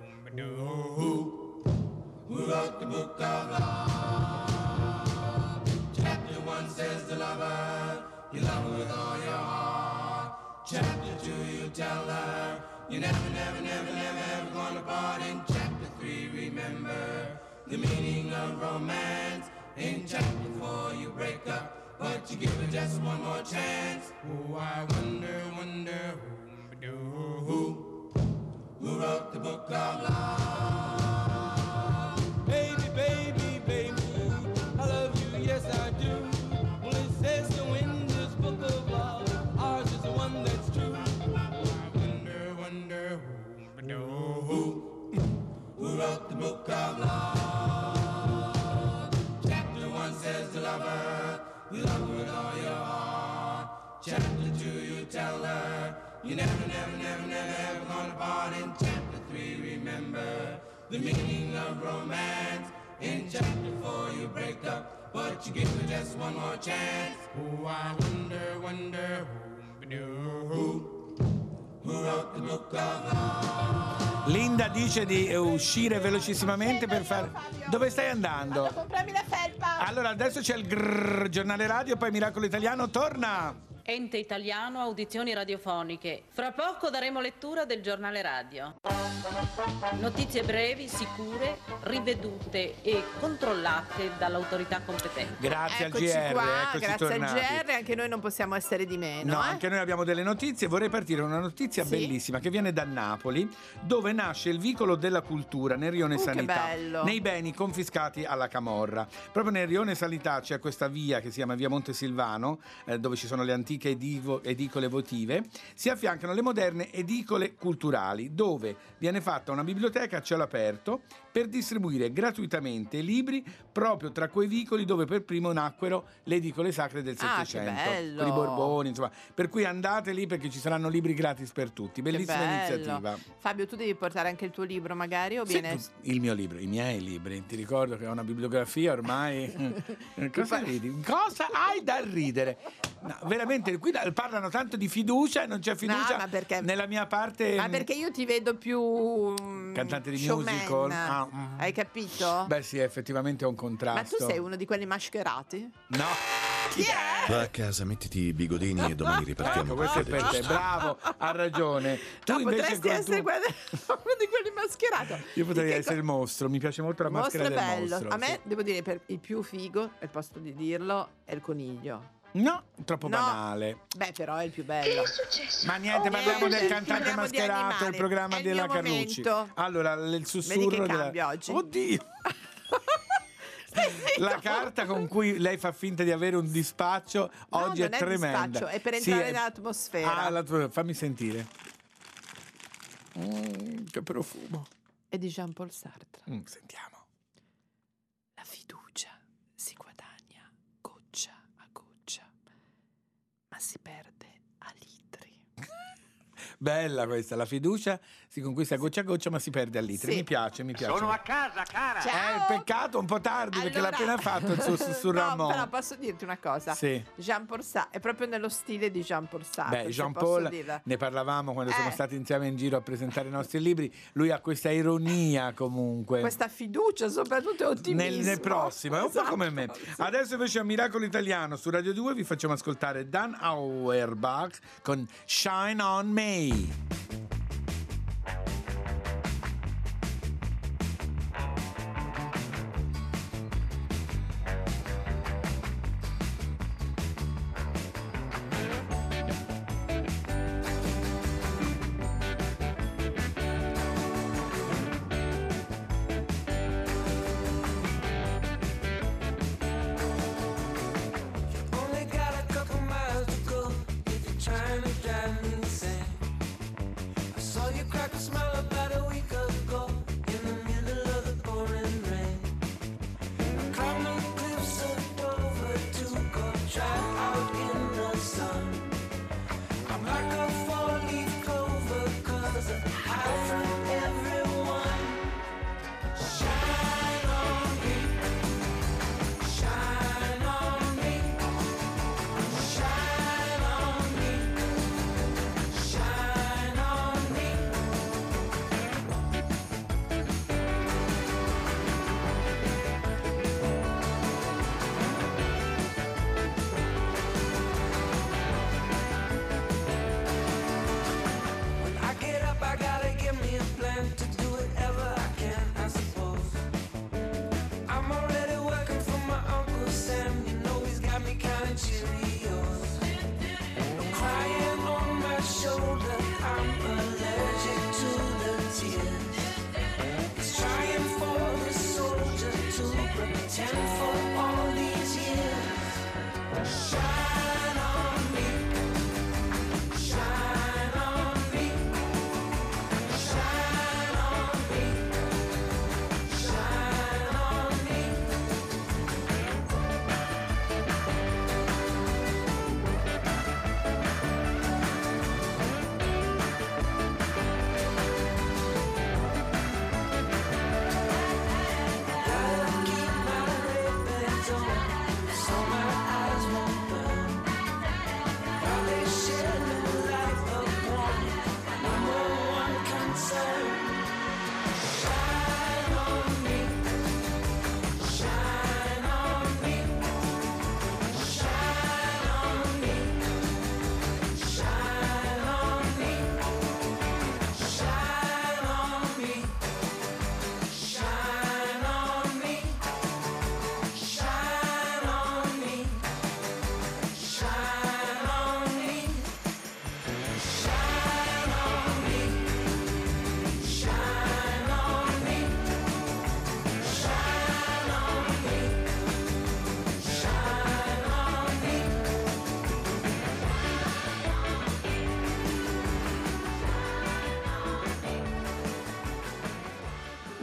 you love her with all your heart. Chapter two, you tell her you never, never, never, never ever gonna part. In chapter three, remember the meaning of romance. In chapter four, you break up, but you give her just one more chance. Oh, I wonder, wonder who, who, who wrote the book of love? Baby, baby, baby, I love you, yes I do. Well, it says so in this book of love, ours is the one that's true. I wonder, wonder who, who, who wrote the book of love? Chapter one says to lover, you love her with all your heart. Chapter two, you tell her you never, never, never, never ever gonna part. In chapter three, remember the meaning of romance. In chapter four, you break up, but you give her just one more chance. Oh, I wonder, wonder who, who, who wrote the book of love? Linda dice di uscire velocissimamente per fare. Dove stai andando? Vado a comprarmi la felpa. Allora, adesso c'è il grrr, giornale radio, poi Miracolo Italiano torna. Ente Italiano, audizioni radiofoniche. Fra poco daremo lettura del giornale radio. Notizie brevi, sicure, rivedute e controllate dall'autorità competente. Grazie Eccoci al G R, qua, eccoci grazie tornati. al G R, anche noi non possiamo essere di meno. No, eh? anche noi abbiamo delle notizie. Vorrei partire da una notizia Sì? bellissima che viene da Napoli, dove nasce il vicolo della cultura nel Rione Uh, che Sanità, bello. nei beni confiscati alla Camorra. Proprio nel Rione Sanità c'è questa via che si chiama via Montesilvano, eh, dove ci sono le antiche edivo- edicole votive. Si affiancano le moderne edicole culturali, dove viene fatta una biblioteca a cielo aperto per distribuire gratuitamente libri proprio tra quei vicoli dove per primo nacquero le edicole sacre del Ah, che Settecento, bello. con i Borboni, insomma. Per cui andate lì perché ci saranno libri gratis per tutti. Bellissima Che bello. iniziativa. Fabio, tu devi portare anche il tuo libro magari o Sì, viene... tu- il mio libro, i miei libri. Ti ricordo che ho una bibliografia ormai. Cosa ridi? Cosa hai da ridere? No, veramente, qui da- parlano tanto di fiducia e non c'è fiducia No, ma perché- nella mia parte. Ma perché io ti vedo più... mm, Cantante di showman. musical. Ah, mm. Hai capito? Beh, sì, effettivamente è un contrasto. Ma tu sei uno di quelli mascherati? No. Chi è? Va a casa, mettiti i bigodini e domani ripartiamo. Ecco, questo è per te, bravo, ha ragione. Tu No, invece potresti con essere tu- quello uno di quelli mascherato. Io potrei Di che essere il mostro, mi piace molto la co- mostro maschera è del bello. mostro. A me, sì. devo dire, per il più figo, al posto di dirlo, è il coniglio. No, troppo No. banale. Beh, però è il più bello. Ma niente, Oh, parliamo niente, del cantante parliamo di mascherato, animali. il programma È il della mio Carlucci. momento. Allora, il Vedi sussurro che della... cambia oggi. Oddio! La carta con cui lei fa finta di avere un dispaccio No, oggi non è è tremenda. dispaccio, è per Sì, entrare è- nell'atmosfera. Ah, la tua- fammi sentire. Mm, che profumo. È di Jean-Paul Sartre. Mm, sentiamo. La fiducia si guadagna goccia a goccia, ma si perde a litri. Bella questa, la fiducia si conquista goccia a goccia ma si perde a litri. Sì. Mi piace, mi piace. Sono a casa, cara. È un peccato, un po' tardi perché l'ha Allora- appena fatto il suo sussurramon. No, però posso dirti una cosa. Sì. Jean-Paul Sartre è proprio nello stile di Jean-Paul Sartre. Beh, se Jean-Paul, posso dirla. ne parlavamo quando Eh. siamo stati insieme in giro a presentare i nostri libri. Lui ha questa ironia comunque. Questa fiducia, soprattutto ottimismo. Nel, nel prossimo, è un po' Esatto. come me. Adesso invece a Miracolo Italiano su Radio due vi facciamo ascoltare Dan Auerbach con Shine on Me. Only got a couple miles to go if you're trying to drive me insane.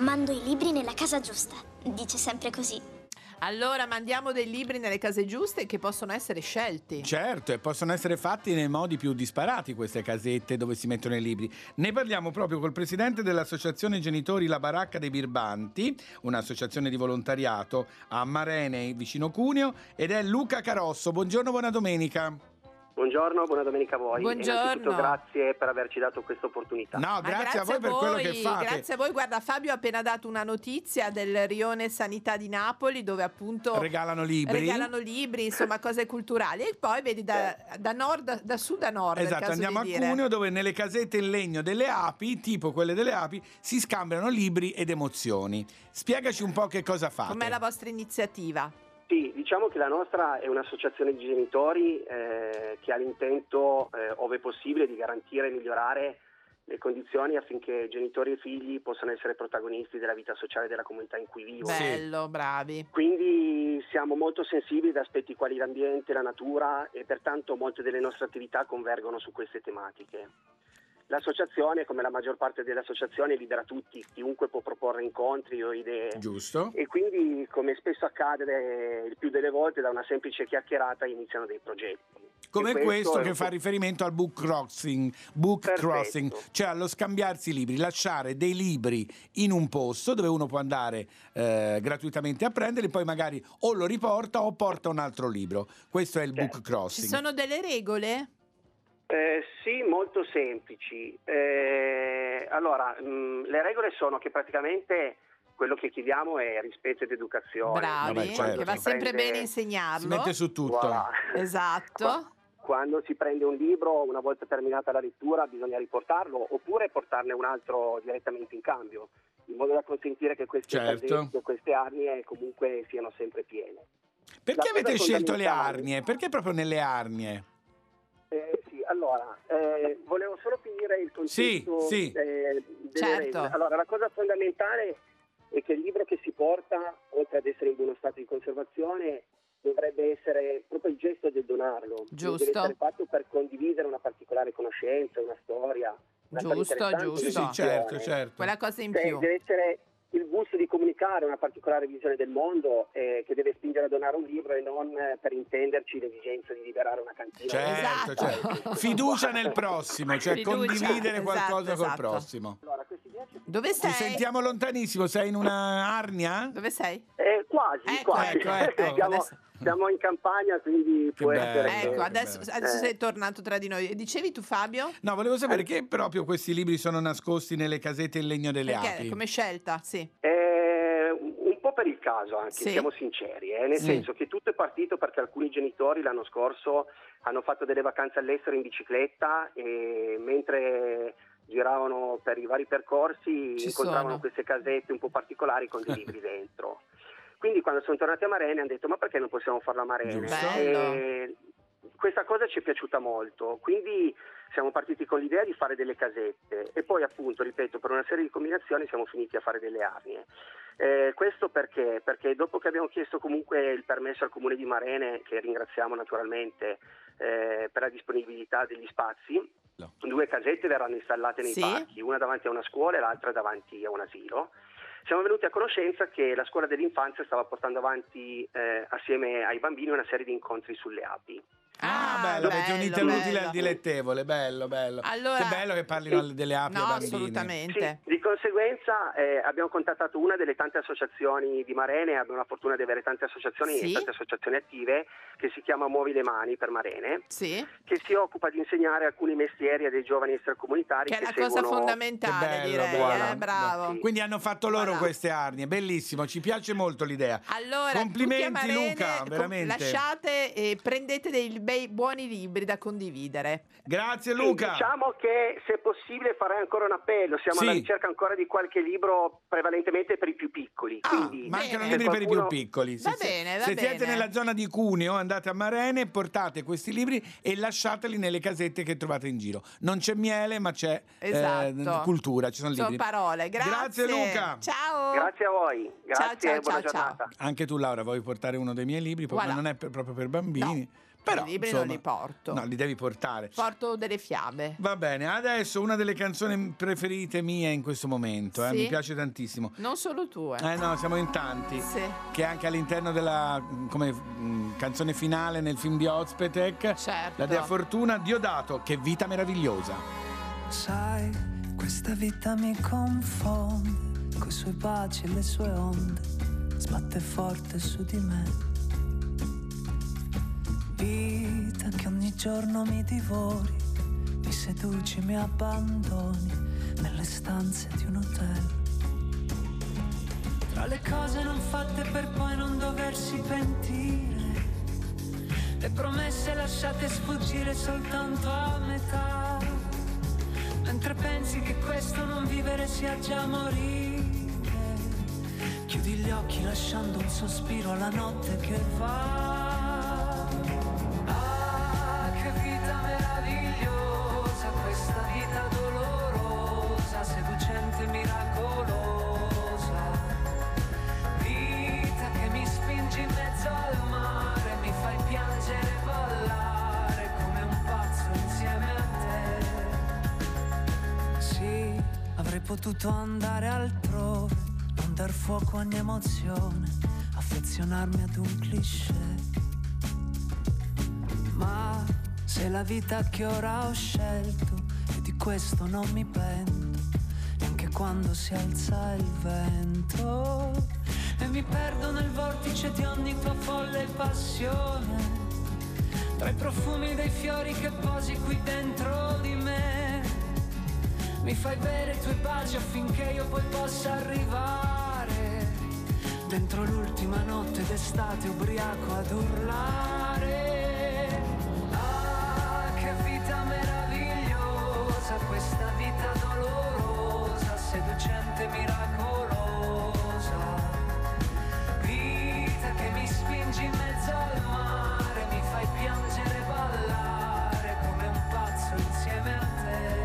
Mando i libri nella casa giusta, dice sempre così. Allora mandiamo dei libri nelle case giuste che possono essere scelti. Certo, e possono essere fatti nei modi più disparati queste casette dove si mettono i libri. Ne parliamo proprio col presidente dell'associazione genitori La Baracca dei Birbanti, un'associazione di volontariato a Marene vicino Cuneo, ed è Luca Carosso. Buongiorno, buona domenica. Buongiorno, buona domenica a voi. Buongiorno. Innanzitutto grazie per averci dato questa opportunità. No, grazie, grazie a voi per quello che fate. Grazie a voi. Guarda, Fabio ha appena dato una notizia del Rione Sanità di Napoli, dove appunto regalano libri, regalano libri, insomma cose culturali. E poi vedi da, da nord, da sud a nord. Esatto, andiamo a Cuneo, dove nelle casette in legno delle api, tipo quelle delle api, si scambiano libri ed emozioni. Spiegaci un po' che cosa fate. Com'è la vostra iniziativa? Sì, diciamo che la nostra è un'associazione di genitori eh, che ha l'intento, eh, ove possibile, di garantire e migliorare le condizioni affinché genitori e figli possano essere protagonisti della vita sociale della comunità in cui vivono. Bello, bravi. Quindi siamo molto sensibili ad aspetti quali l'ambiente, la natura, e pertanto molte delle nostre attività convergono su queste tematiche. L'associazione, come la maggior parte delle associazioni, è libera a tutti, chiunque può proporre incontri o idee. Giusto. E quindi, come spesso accade, il più delle volte da una semplice chiacchierata iniziano dei progetti. Come E questo è che un fa po'... riferimento al book crossing, book Perfetto. crossing, cioè allo scambiarsi i libri, lasciare dei libri in un posto dove uno può andare eh, gratuitamente a prenderli, poi magari o lo riporta o porta un altro libro. Questo è il book crossing. Ci sono delle regole? Eh, sì, molto semplici. Eh, allora, mh, le regole sono che praticamente quello che chiediamo è rispetto ed educazione. Bravi, Vabbè, certo. che va sempre prende... bene insegnarlo. Si mette su tutto. Voilà. Esatto. Quando si prende un libro, una volta terminata la lettura, bisogna riportarlo oppure portarne un altro direttamente in cambio, in modo da consentire che queste Certo. casette o queste arnie comunque siano sempre piene. Perché La avete cosa scelto le fondamentale- arnie? Perché proprio nelle arnie? Eh, sì, allora, eh, volevo solo finire il concetto. Sì, sì. eh, delle Certo. regole. Allora, la cosa fondamentale è che il libro che si porta, oltre ad essere in buono stato di conservazione, dovrebbe essere proprio il gesto del donarlo. Giusto. Deve essere fatto per condividere una particolare conoscenza, una storia. una storia Giusto, interessante, giusto. Sì, sì, un'emozione. certo, certo. Quella cosa in Cioè, più. deve essere il gusto di comunicare una particolare visione del mondo eh, che deve spingere a donare un libro e non, eh, per intenderci, l'esigenza di liberare una cantina. Certo, Esatto. certo. Fiducia nel prossimo, cioè Fiducia, condividere esatto, qualcosa col esatto. prossimo. Allora, questi dieci... Dove Ti sei? sentiamo lontanissimo, sei in una arnia? Dove sei? Eh, quasi, Ecco, quasi. ecco, ecco. Siamo, Adesso- siamo in campagna, quindi Che può bello. essere... che- Ecco, adesso, bello. adesso Eh. sei tornato tra di noi. Dicevi tu, Fabio? No, volevo sapere che proprio questi libri sono nascosti nelle casette in legno delle Perché api. come scelta, sì. Eh, un po' per il caso anche, Sì. siamo sinceri, eh, nel Sì. senso che tutto è partito perché alcuni genitori l'anno scorso hanno fatto delle vacanze all'estero in bicicletta e mentre giravano per i vari percorsi Ci incontravano sono. queste casette un po' particolari con dei libri dentro. Quindi quando sono tornati a Marene hanno detto ma perché non possiamo farlo a Marene? Giusto. E questa cosa ci è piaciuta molto, quindi siamo partiti con l'idea di fare delle casette e poi appunto, ripeto, per una serie di combinazioni siamo finiti a fare delle arnie. Eh, questo perché? Perché dopo che abbiamo chiesto comunque il permesso al Comune di Marene, che ringraziamo naturalmente eh, per la disponibilità degli spazi, No. due casette verranno installate nei Sì. parchi, una davanti a una scuola e l'altra davanti a un asilo. Siamo venuti a conoscenza che la scuola dell'infanzia stava portando avanti eh, assieme ai bambini una serie di incontri sulle api. Ah, bello, avete unito bello. l'utile al dilettevole, bello, bello. Allora- che bello che parlino Sì. delle api No, ai bambini. assolutamente. Sì, di conseguenza eh, abbiamo contattato una delle tante associazioni di Marene, abbiamo la fortuna di avere tante associazioni Sì. e tante associazioni attive, che si chiama Muovi le Mani per Marene, Sì. che si occupa di insegnare alcuni mestieri a dei giovani extracomunitari Che è che la cosa seguono... fondamentale, Che bello, direi, voilà. eh, bravo. Quindi hanno fatto loro Voilà. queste arnie, bellissimo, ci piace molto l'idea. Allora, Complimenti, tutti a Marene, Luca, com- veramente. lasciate e prendete dei bei buoni libri da condividere. Grazie Sì, Luca. diciamo che se possibile farei ancora un appello, siamo Sì. alla ricerca ancora di qualche libro prevalentemente per i più piccoli. Ah, Quindi, mancano se libri per i più qualcuno- piccoli. Va se, bene, va se siete bene. nella zona di Cuneo, andate a Marene, portate questi libri e lasciateli nelle casette che trovate in giro. Non c'è miele, ma c'è eh, Esatto. cultura, ci sono Sono libri. parole. Grazie. Grazie, Luca. Ciao. Grazie a voi, grazie ciao, e buona ciao, ciao. giornata. Anche tu, Laura, vuoi portare uno dei miei libri? Proprio Voilà. non è per- proprio per bambini, Però, I libri insomma, non li porto. No, li devi portare. Porto delle fiabe. Va bene, adesso una delle canzoni preferite mie in questo momento, eh, Sì? mi piace tantissimo. Non solo tu, eh. Eh no, siamo in tanti. Sì. Che anche all'interno della come mh, canzone finale nel film di Ozpetek, Certo. la Dea Fortuna, Diodato, che vita meravigliosa. Sai, questa vita mi confonde, coi suoi baci e le sue onde, sbatte forte su di me. Vita che ogni giorno mi divori, mi seduci, mi abbandoni nelle stanze di un hotel. Tra le cose non fatte per poi non doversi pentire, le promesse lasciate sfuggire soltanto a metà, mentre pensi che questo non vivere sia già morire. Chiudi gli occhi lasciando un sospiro alla notte che va. Ah, che vita meravigliosa, questa vita dolorosa, seducente, miracolosa. Vita che mi spingi in mezzo al mare, mi fai piangere e ballare come un pazzo insieme a te. Sì, avrei potuto andare altrove, non dar fuoco a ogni emozione, affezionarmi ad un cliché. Ma se la vita che ora ho scelto, e di questo non mi pento, neanche quando si alza il vento, e mi perdo nel vortice di ogni tua folle passione, tra i profumi dei fiori che posi qui dentro di me. Mi fai bere i tuoi baci affinché io poi possa arrivare dentro l'ultima notte d'estate ubriaco ad urlare. Ah, che vita meravigliosa, questa vita dolorosa, seducente, miracolosa. Vita che mi spingi in mezzo al mare, mi fai piangere e ballare come un pazzo insieme a te.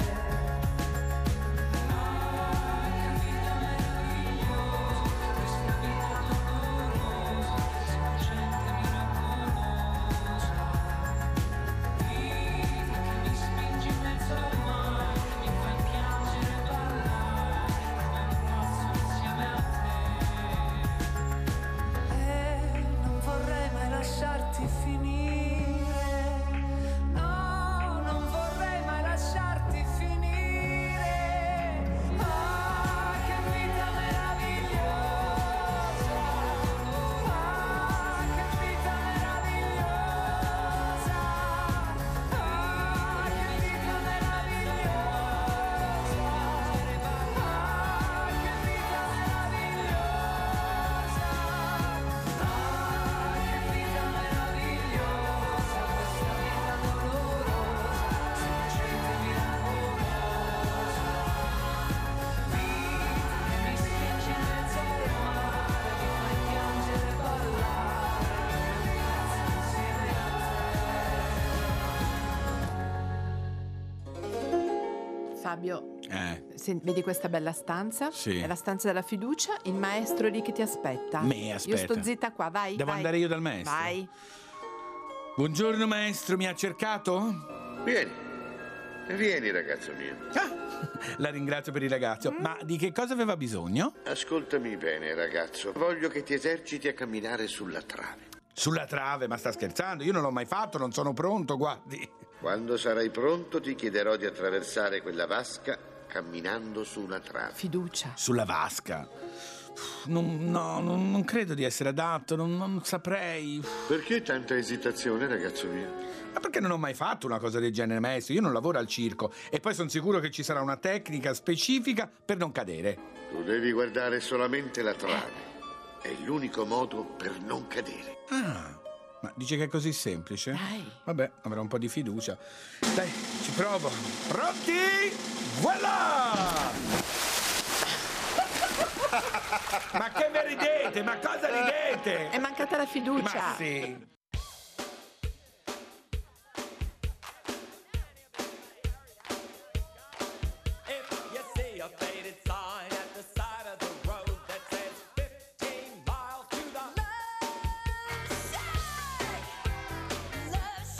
Fabio, Eh. se- vedi questa bella stanza? Sì. È la stanza della fiducia, il maestro lì che ti aspetta. Me aspetta. Io sto zitta qua, vai. Devo vai. andare io dal maestro? Vai. Buongiorno maestro, mi ha cercato? Vieni, vieni ragazzo mio. La ringrazio per il ragazzo. Mm. Ma di che cosa aveva bisogno? Ascoltami bene ragazzo, voglio che ti eserciti a camminare sulla trave. Sulla trave, ma sta scherzando? Io non l'ho mai fatto, non sono pronto, guardi. Quando sarai pronto ti chiederò di attraversare quella vasca camminando su una trave. Fiducia. Sulla vasca. Non, no, non, non credo di essere adatto, non, non saprei. Perché tanta esitazione, ragazzo mio? Ma perché non ho mai fatto una cosa del genere, maestro? Io non lavoro al circo e poi sono sicuro che ci sarà una tecnica specifica per non cadere. Tu devi guardare solamente la trave. È l'unico modo per non cadere. Ah, ma dice che è così semplice? Dai. Vabbè, avrò un po' di fiducia. Dai, ci provo. Pronti? Voilà! Ma che vi ridete? Ma cosa ridete? È mancata la fiducia. Ma sì. Love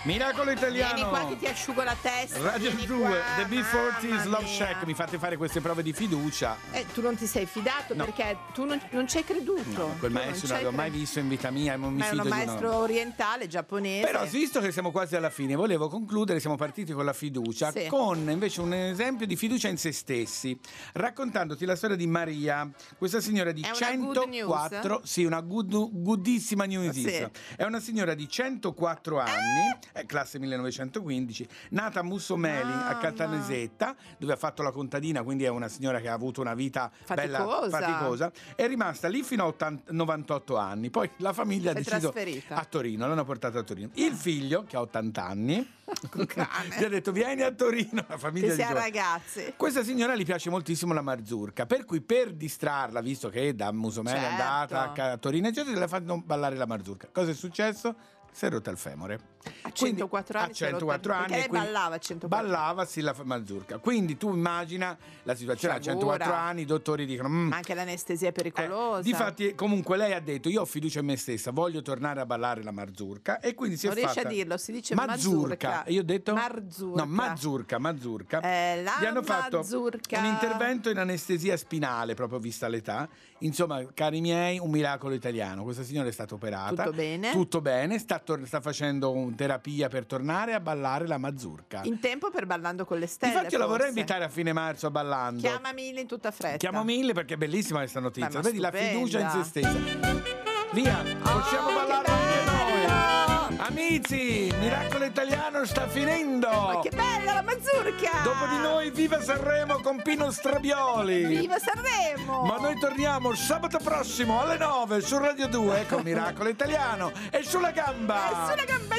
Miracolo italiano. Vieni qua che ti asciugo la testa. Radio vieni due, qua, The B quaranta mamma Love mia. Shack. Mi fate fare queste prove di fiducia. Eh, tu non ti sei fidato No. perché tu non, non ci hai creduto. No, quel Tu maestro ci non hai l'avevo mai cre- visto in vita mia. Non mi Ma è fido uno di maestro uno. orientale, giapponese. Però visto che siamo quasi alla fine, volevo concludere, siamo partiti con la fiducia, Sì. con invece un esempio di fiducia in se stessi, raccontandoti la storia di Maria, questa signora di È una good centoquattro, news? sì, una good, goodissima news. Sì. È una signora di centoquattro anni, è classe millenovecentoquindici, nata a Mussomeli, a Caltanissetta, dove ha fatto la contadina, quindi è una signora che ha avuto una vita bella Faticosa. faticosa, è rimasta lì fino a ottanta novantotto anni, poi la famiglia ha Si è deciso trasferita. a Torino, l'hanno portata a Torino. Il figlio, che ha ottanta anni, gli ha detto vieni a Torino, la famiglia Che sia diceva- ragazzi. Questa signora gli piace moltissimo la marzurca, per cui per distrarla, visto che da Musomeli è Certo. andata a Torino, eccetera, le ha fatto ballare la marzurca. Cosa è successo? Si è rotta il femore. A centoquattro anni a si è rotta- centoquattro anni. perché e lei quindi ballava a centoquattro. Ballava sì la marzurca. Quindi tu immagina la situazione a Sciagura. centoquattro anni, i dottori dicono "Mm, Ma anche l'anestesia è pericolosa. difatti, comunque lei ha detto io ho fiducia in me stessa, voglio tornare a ballare la marzurca e quindi si Non è riesci fatta a dirlo, si dice marzurca. marzurca. E io ho detto Marzurca. No, mazzurca, mazzurca. Eh, la Gli hanno fatto mazzurca. un intervento in anestesia spinale, proprio vista l'età. Insomma, cari miei, un miracolo italiano. Questa signora è stata operata. Tutto bene. Tutto bene, sta, tor- sta facendo un terapia per tornare a ballare la mazzurca. In tempo per Ballando con le stelle. Infatti io la vorrei forse. invitare a fine marzo a Ballando. Chiama Mille in tutta fretta. Chiamo Mille perché è bellissima questa notizia. Beh, ma Vedi la stupenda. fiducia in se stessa. Via, possiamo ballare anche noi. Amici, Miracolo Italiano sta finendo. Ma che bella la mazzurca! Dopo di noi, viva Sanremo con Pino Strabioli. Viva Sanremo! Ma noi torniamo sabato prossimo alle nove su Radio due con Miracolo Italiano. E sulla gamba! E sulla gamba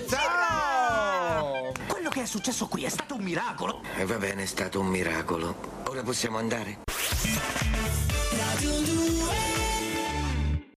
Ciao! Quello che è successo qui è stato un miracolo. E va bene, è stato un miracolo. Ora possiamo andare.